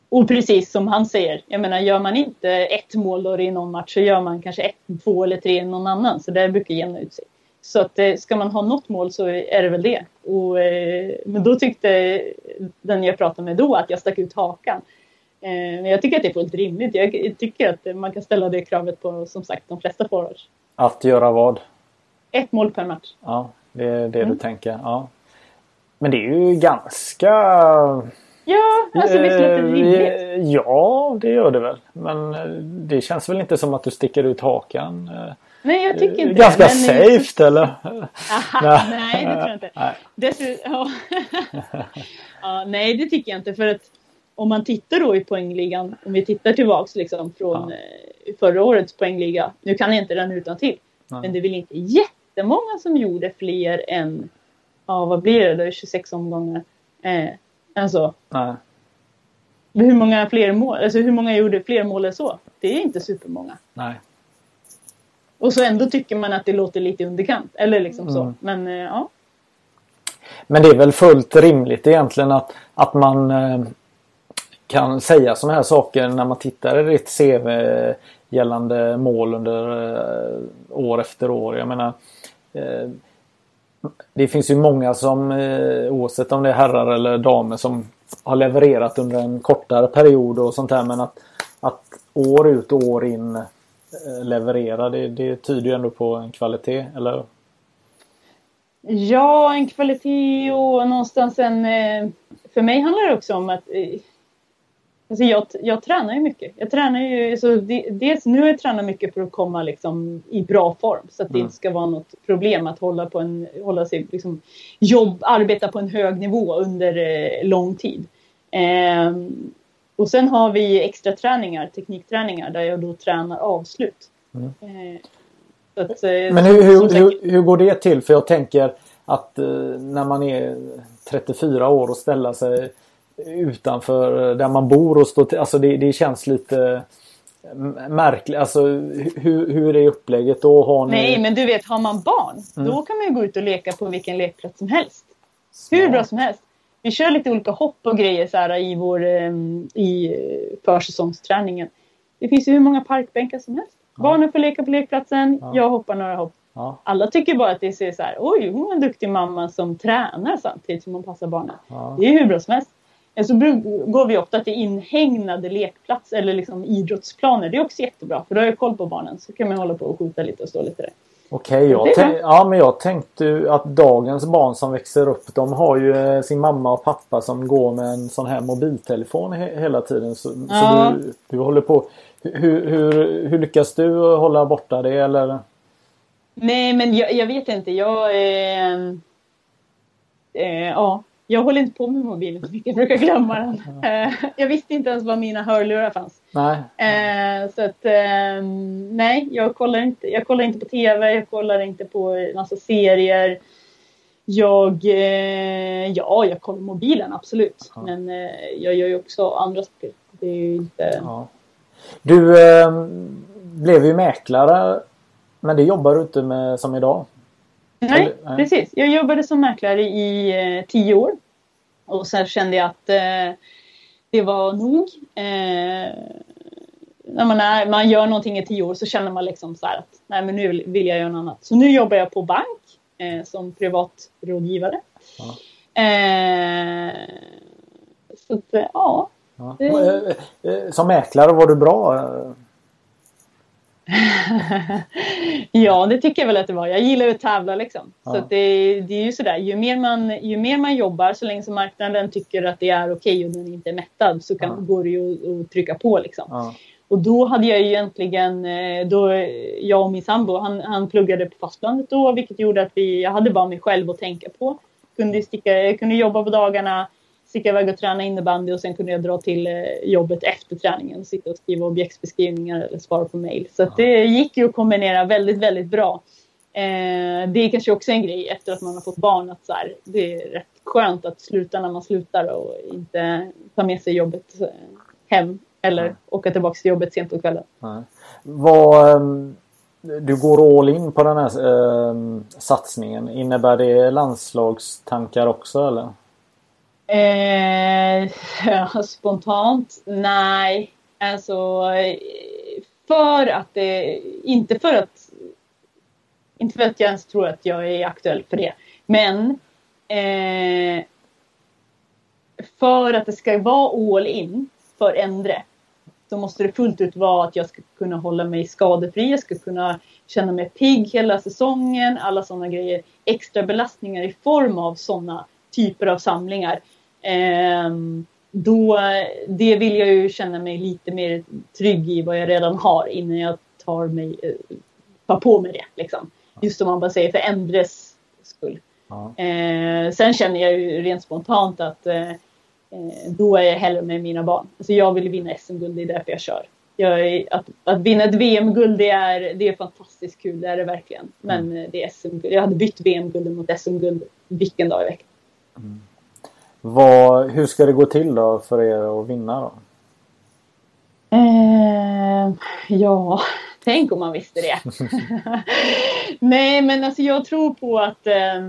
Och precis som han säger, jag menar, gör man inte ett mål då i någon match så gör man kanske ett, två eller tre i någon annan. Så det brukar jämna ut sig. Så att ska man ha något mål så är det väl det. Och, eh, men då tyckte den jag pratade med då att jag stack ut hakan. Eh, men jag tycker att det är fullt rimligt. Jag tycker att man kan ställa det kravet på, som sagt, de flesta forwards. Att göra vad? Ett mål per match. Ja, det är det mm. du tänker. Ja. Men det är ju ganska... Ja, alltså visst låter det rimligt. Ja, det gör det väl. Men det känns väl inte som att du sticker ut hakan. Nej, jag tycker inte ganska det. Ganska safe, så... eller? Aha, nej, det tror jag inte. Nej. Dessutom, ja. ja, nej, det tycker jag inte. För att om man tittar då i poängligan, om vi tittar tillbaks liksom från ja. förra årets poängliga. Nu kan jag inte den utan till. Ja. Men det är väl inte jättemånga som gjorde fler än, ja vad blir det då, tjugosex omgångar. Eh, alltså. Nej. Hur många fler mål, alltså hur många gjorde fler mål än så? Det är inte supermånga. Nej. Och så ändå tycker man att det låter lite underkant. Eller liksom så. Mm. Men eh, ja. Men det är väl fullt rimligt egentligen att, att man eh, kan säga såna här saker när man tittar i ditt C V gällande mål under eh, år efter år. Jag menar, eh, det finns ju många som, eh, oavsett om det är herrar eller damer, som har levererat under en kortare period och sånt där. Men att, att år ut och år in eh, leverera, det, det tyder ju ändå på en kvalitet, eller? Ja, en kvalitet och någonstans en... För mig handlar det också om att... Alltså jag, jag tränar ju mycket. Jag tränar ju... Så dels nu har jag tränat mycket för att komma liksom i bra form. Så att det mm. inte ska vara något problem att hålla på en... Hålla sig liksom... Jobb, arbeta på en hög nivå under eh, lång tid. Eh, och sen har vi extra träningar, teknikträningar, där jag då tränar avslut. Mm. Eh, Att, Men hur, hur, hur, hur går det till? För jag tänker att eh, när man är trettiofyra år och ställa sig utanför där man bor och stå till, alltså det, det känns lite märkligt. Alltså hur, hur är upplägget då? Har ni... Nej, men du vet, har man barn mm. då kan man ju gå ut och leka på vilken lekplats som helst. Smart. Hur bra som helst. Vi kör lite olika hopp och grejer så här i vår i försäsongsträningen. Det finns ju hur många parkbänkar som helst. Ja. Barnen får leka på lekplatsen. Ja. Jag hoppar några hopp. Ja. Alla tycker bara att det ser så här. Oj, hon är en duktig mamma som tränar samtidigt som hon passar barnen. Ja. Det är hur bra som helst. Så går vi ofta till inhägnade lekplats eller liksom idrottsplaner. Det är också jättebra. För då har jag koll på barnen. Så kan man hålla på och skjuta lite och stå lite där. Okej, okay, tänk, ja, men jag tänkte att dagens barn som växer upp, de har ju sin mamma och pappa som går med en sån här mobiltelefon he- hela tiden. Så, ja. så du, du håller på... Hur, hur, hur lyckas du hålla borta det, eller? Nej, men jag, jag vet inte. Jag, eh, eh, ja, jag håller inte på med mobilen så mycket. Jag brukar glömma den. Eh, jag visste inte ens vad mina hörlurar fanns. Nej. Eh, så att, eh, nej, jag kollar, inte, jag kollar inte på tv. Jag kollar inte på massa serier. Jag, eh, ja, jag kollar mobilen, absolut. Ja. Men eh, jag gör ju också andra saker. Det är ju inte... Ja. Du eh, blev ju mäklare, men det jobbar du inte med som idag? Nej, Eller, nej, precis. Jag jobbade som mäklare i eh, tio år. Och sen kände jag att eh, det var nog. Eh, när man, är, man gör någonting i tio år så känner man liksom så här att nej, men nu vill jag göra något annat. Så nu jobbar jag på bank eh, som privatrådgivare. Ja. Eh, så att, ja. Ja. Som mäklare var du bra? Ja, det tycker jag väl att det var. Jag gillar ju att tävla liksom. Ja. Så att det, det är ju sådär. Ju mer, man, ju mer man jobbar, så länge som marknaden tycker att det är okej och den inte är mättad, så kan, ja. går det ju att trycka på liksom. Ja. Och då hade jag ju egentligen, då jag och min sambo, han, han pluggade på fastlandet då, vilket gjorde att vi, jag hade bara mig själv att tänka på. Kunde, sticka, kunde jobba på dagarna, sticka iväg och träna innebandy, och sen kunde jag dra till jobbet efter träningen och sitta och skriva objektsbeskrivningar eller svara på mejl. Så att det gick ju att kombinera väldigt, väldigt bra. Eh, det är kanske också en grej efter att man har fått barn, att så här, det är rätt skönt att sluta när man slutar och inte ta med sig jobbet hem eller Nej. åka tillbaka till jobbet sent på kvällen. Nej. Vad, du går all in på den här eh, satsningen. Innebär det landslagstankar också, eller? Eh, spontant? Nej. Alltså, för att det... Inte för att... Inte för att jag ens tror att jag är aktuell för det. Men... Eh, för att det ska vara all in för Endre, så måste det fullt ut vara att jag ska kunna hålla mig skadefri. Jag ska kunna känna mig pigg hela säsongen. Alla sådana grejer. Extra belastningar i form av sådana typer av samlingar. Eh, då, det vill jag ju känna mig lite mer trygg i vad jag redan har innan jag tar, mig, tar på mig det. Liksom. Just som man bara säger, för Endres skull. Ja. Eh, sen känner jag ju rent spontant att eh, då är jag hellre med mina barn. Alltså jag vill vinna S M-guld, det är därför jag kör. Jag är, att, att vinna ett V M-guld, det är, det är fantastiskt kul, det är det verkligen. Men mm. det är S M-guld. Jag hade bytt V M-guld mot S M-guld vilken dag i veckan. Mm. Vad, hur ska det gå till då för er att vinna då? Eh, ja, tänk om man visste det. Nej, men alltså jag tror på att eh,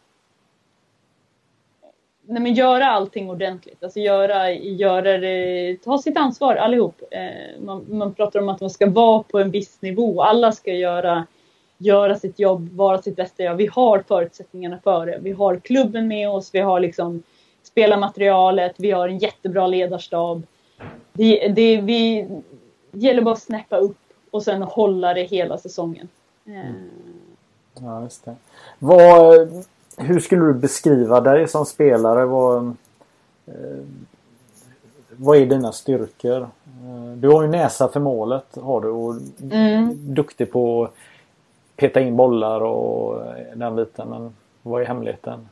nej, men göra allting ordentligt. Alltså göra, göra det, ta sitt ansvar allihop. Eh, man, man pratar om att man ska vara på en viss nivå. Alla ska göra, göra sitt jobb, vara sitt bästa jobb. Vi har förutsättningarna för det. Vi har klubben med oss, vi har liksom spelarmaterialet, vi har en jättebra ledarstab. Det, det, vi, det gäller bara att snäppa upp och sen hålla det hela säsongen. Eh. Ja, just det. Vad... Hur skulle du beskriva dig som spelare? Vad, eh, vad är dina styrkor? Eh, du har ju näsa för målet, har du. Och mm. duktig på att peta in bollar och den biten. Men vad är hemligheten?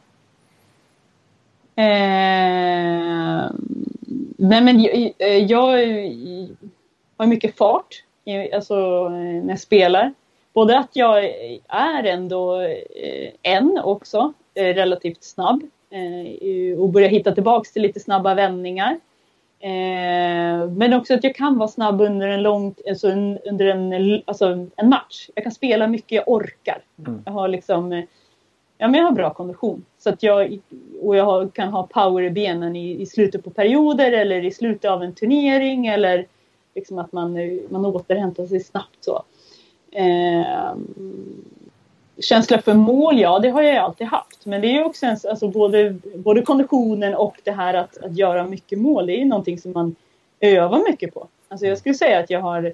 Eh, nej men jag, jag har mycket fart. Alltså när jag spelar. Både att jag är ändå eh, en också, eh, relativt snabb. Eh, och börjar hitta tillbaka till lite snabba vändningar. Eh, men också att jag kan vara snabb under en lång, alltså en, under en, alltså en match. Jag kan spela mycket, jag orkar. Mm. Jag har liksom, ja men jag har bra kondition. Så att jag, och jag har, kan ha power i benen i, i slutet på perioder eller i slutet av en turnering. Eller liksom att man, man återhämtar sig snabbt så. Eh, känsla för mål, ja det har jag alltid haft, men det är ju också en, alltså både, både konditionen och det här att, att göra mycket mål, det är ju någonting som man övar mycket på. Alltså jag skulle säga att jag har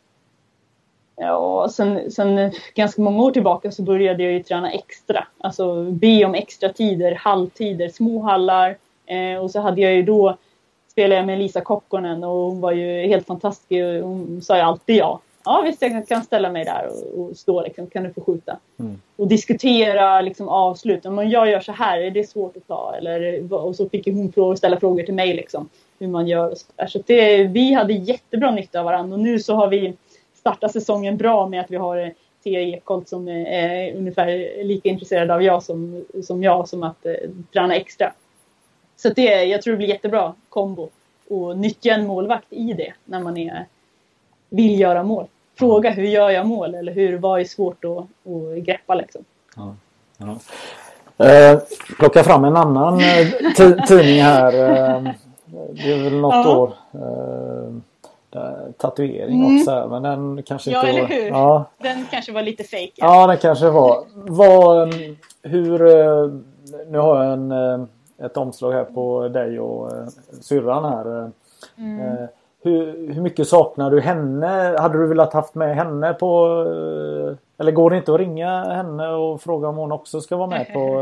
ja, sen, sen ganska många år tillbaka så började jag ju träna extra, alltså be om extra tider, halvtider, små hallar, eh, och så hade jag ju då spelade jag med Lisa Kokkonen och hon var ju helt fantastisk och hon sa ju alltid ja. Ja visst, jag kan ställa mig där och, och stå liksom, kan du få skjuta. Mm. Och diskutera liksom avslut. Om jag gör så här, är det svårt att ta? Eller, och så fick hon fråga, ställa frågor till mig liksom, hur man gör. Och så där. Så det, vi hade jättebra nytta av varandra. Och nu så har vi startat säsongen bra med att vi har Thea Ekholt som är, är ungefär lika intresserad av jag som, som jag som att eh, träna extra. Så det, jag tror det blir jättebra kombo. Och nyttja en målvakt i det när man är, vill göra mål. Fråga hur gör jag mål eller hur, vad är svårt att, att greppa liksom. Ja, ja. Eh, plocka fram en annan t- tidning här. Eh, det är väl något ja. år. Eh, där, tatuering mm. också. Men den kanske ja, inte eller hur? Ja. Den kanske var lite fake. Ja, den kanske var. Vad, hur, nu har jag en, ett omslag här på dig och syrran här. Mm. Eh, Hur, hur mycket saknar du henne? Hade du velat haft med henne på... Eller går det inte att ringa henne och fråga om hon också ska vara med på...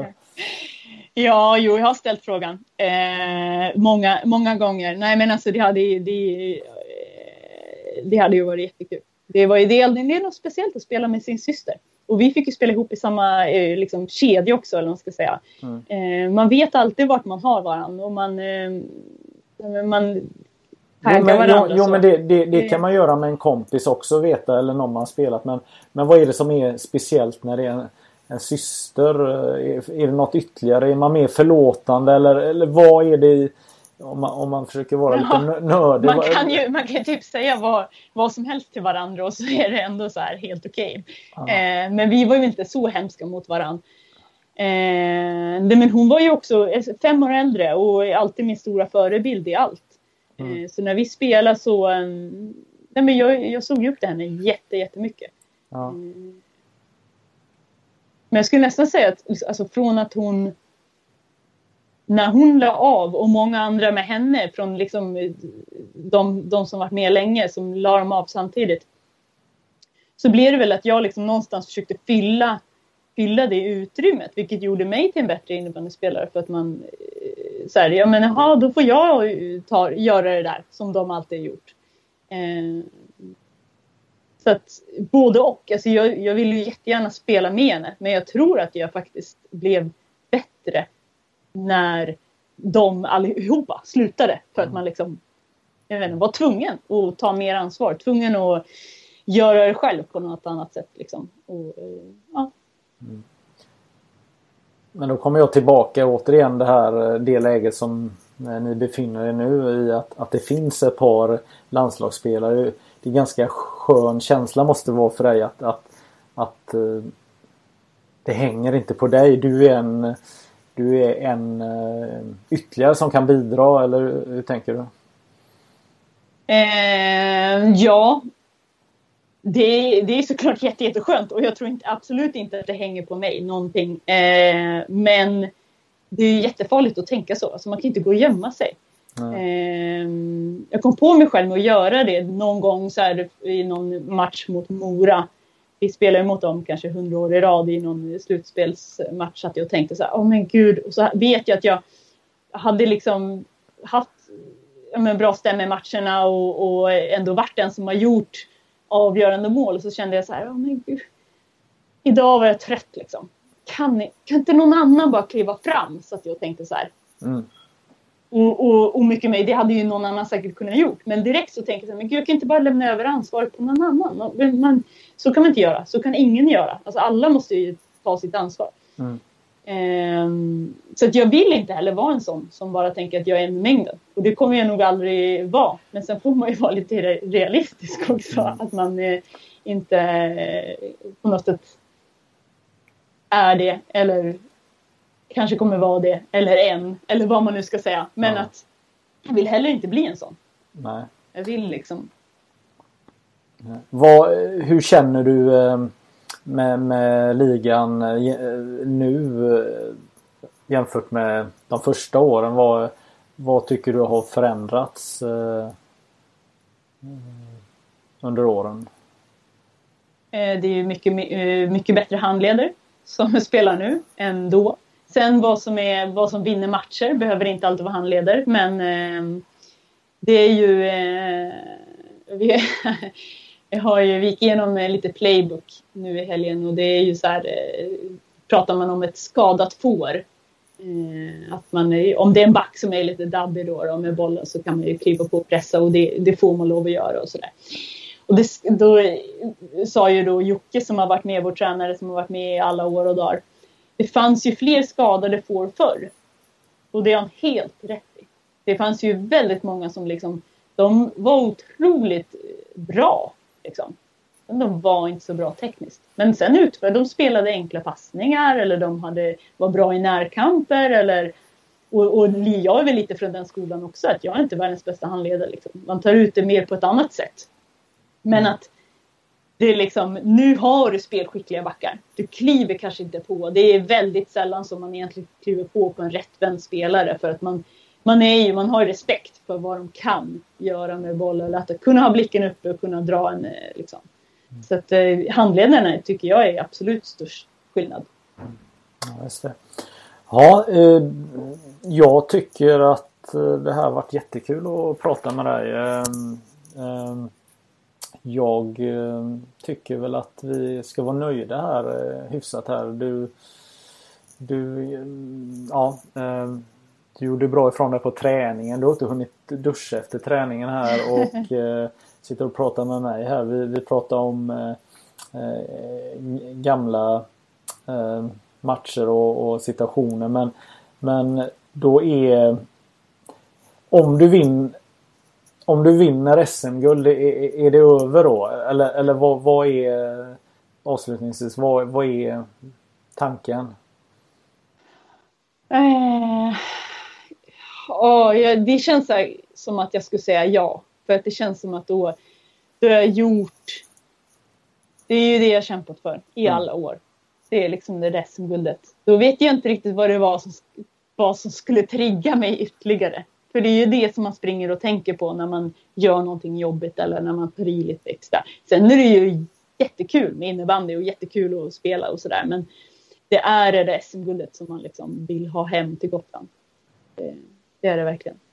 Ja, jo, jag har ställt frågan. Eh, många, många gånger. Nej, men alltså det hade, det, det hade ju varit jättekul. Det var ju det, det är något speciellt att spela med sin syster. Och vi fick ju spela ihop i samma liksom, kedja också, eller vad man ska säga. Mm. Eh, man vet alltid vart man har varandra. Och man... Eh, man Jo, men, jo, jo, men det, det, det kan man göra med en kompis också, veta, eller någon man spelat. Men, men vad är det som är speciellt när det är en, en syster? Är, är det något ytterligare? Är man mer förlåtande? Eller, eller vad är det i, om, man, om man försöker vara ja, lite nördig? Man kan ju man kan typ säga vad, vad som helst till varandra och så är det ändå så här helt okej. Okay. Eh, men vi var ju inte så hemska mot varandra. Eh, men hon var ju också fem år äldre och är alltid min stora förebild i allt. Mm. Eh, så när vi spelar så... Eh, nej men jag, jag såg ju upp till henne jätte, jättemycket. Ja. Eh, men jag skulle nästan säga att alltså, från att hon... När hon la av och många andra med henne från liksom de, de som varit med länge som la dem av samtidigt. Så blev det väl att jag liksom någonstans försökte fylla, fylla det utrymmet. Vilket gjorde mig till en bättre innebandyspelare. För att man så här, ja men aha, då får jag ta, göra det där som de alltid har gjort. Eh, så att både och. Alltså jag, jag vill ju jättegärna spela med henne. Men jag tror att jag faktiskt blev bättre när de allihopa slutade. För att man liksom, jag vet inte, var tvungen att ta mer ansvar. Tvungen att göra det själv på något annat sätt. Liksom. Och, ja. Mm. Men då kommer jag tillbaka återigen det här, det läget som ni befinner er nu i. Att, att det finns ett par landslagsspelare. Det är ganska skön känsla måste vara för dig att, att, att det hänger inte på dig. Du är en... Du är en uh, ytterligare som kan bidra, eller hur tänker du? Eh, ja, det, det är såklart jätte, jätteskönt och jag tror inte, absolut inte att det hänger på mig någonting. Eh, men det är jättefarligt att tänka så. Alltså man kan inte gå och gömma sig. Eh, jag kom på mig själv med att göra det någon gång så här, i någon match mot Mora. Vi spelade mot dem kanske hundra år i rad i någon slutspelsmatch. Att jag tänkte så här, åh oh men gud. Och så vet jag att jag hade liksom haft ja, men bra stämma i matcherna. Och, och ändå varit den som har gjort avgörande mål. Och så kände jag så här, åh oh men gud. Idag var jag trött liksom. Kan, kan inte någon annan bara kliva fram? Så att jag tänkte så här. Mm. Och, och, och mycket med det hade ju någon annan säkert kunnat gjort. Men direkt så tänker jag, men gud, jag kan inte bara lämna över ansvaret på någon annan. Men, man, så kan man inte göra. Så kan ingen göra. Alltså alla måste ju ta sitt ansvar. Mm. Um, så att jag vill inte heller vara en sån som bara tänker att jag är en mängden. Och det kommer jag nog aldrig vara. Men sen får man ju vara lite realistisk också. Mm. Att man eh, inte eh, på något sätt är det. Eller... kanske kommer vara det, eller en, eller vad man nu ska säga. Men ja. Att jag vill heller inte bli en sån. Nej. Jag vill liksom... Vad, hur känner du med, med ligan nu jämfört med de första åren? Vad, vad tycker du har förändrats under åren? Det är ju mycket, mycket bättre handledare som spelar nu än då. Sen vad som, är, vad som vinner matcher behöver inte alltid vara handledare. Men eh, det är ju... Eh, vi, jag har ju vi gick igenom lite playbook nu i helgen. Och det är ju så här... Eh, pratar man om ett skadat får. Eh, att man är, om det är en back som är lite dabbig då, då med bollen så kan man ju kliva på och pressa. Och det, det får man lov att göra och sådär. Och det, då sa ju då Jocke som har varit med, vår tränare som har varit med i alla år och dagar. Det fanns ju fler skadade får förr. Och det är han helt rätt i. Det fanns ju väldigt många som liksom... De var otroligt bra. Liksom. Men de var inte så bra tekniskt. Men sen utförde de spelade enkla passningar. Eller de hade, var bra i närkamper. Eller, och, och jag är väl lite från den skolan också. Att jag är inte världens bästa handledare. Liksom. Man tar ut det mer på ett annat sätt. Men att... Det är liksom, nu har du spelskickliga backar. Du kliver kanske inte på. Det är väldigt sällan som man egentligen kliver på på en rättvänd spelare. För att man, man, är ju, man har respekt för vad de kan göra med bollen. Eller att kunna ha blicken uppe och kunna dra en... Liksom. Mm. Så att eh, handledarna tycker jag är absolut störst skillnad. Ja, just det. Ja, eh, jag tycker att det här har varit jättekul att prata med dig. Eh, eh, Jag eh, tycker väl att vi ska vara nöjda här eh, hyfsat här. Du, du, eh, ja, eh, du gjorde bra ifrån dig på träningen. Du har inte hunnit duscha efter träningen här och eh, sitter och pratar med mig här. Vi, vi pratar om eh, gamla eh, matcher och, och situationer. Men, men då är, om du vinner Om du vinner S M-guld, är, är det över då? Eller, eller vad, vad är avslutningsvis, vad, vad är tanken? Eh, oh, ja, det känns så här, som att jag skulle säga ja. För att det känns som att då, då har jag gjort... Det är ju det jag kämpat för i alla år. Det är liksom det S M-guldet. Då vet jag inte riktigt vad det var som, vad som skulle trigga mig ytterligare. För det är ju det som man springer och tänker på när man gör någonting jobbigt eller när man tar i lite extra. Sen är det ju jättekul med innebandy och jättekul att spela och sådär. Men det är det S M-guldet som man liksom vill ha hem till Gotland. Det, det är det verkligen.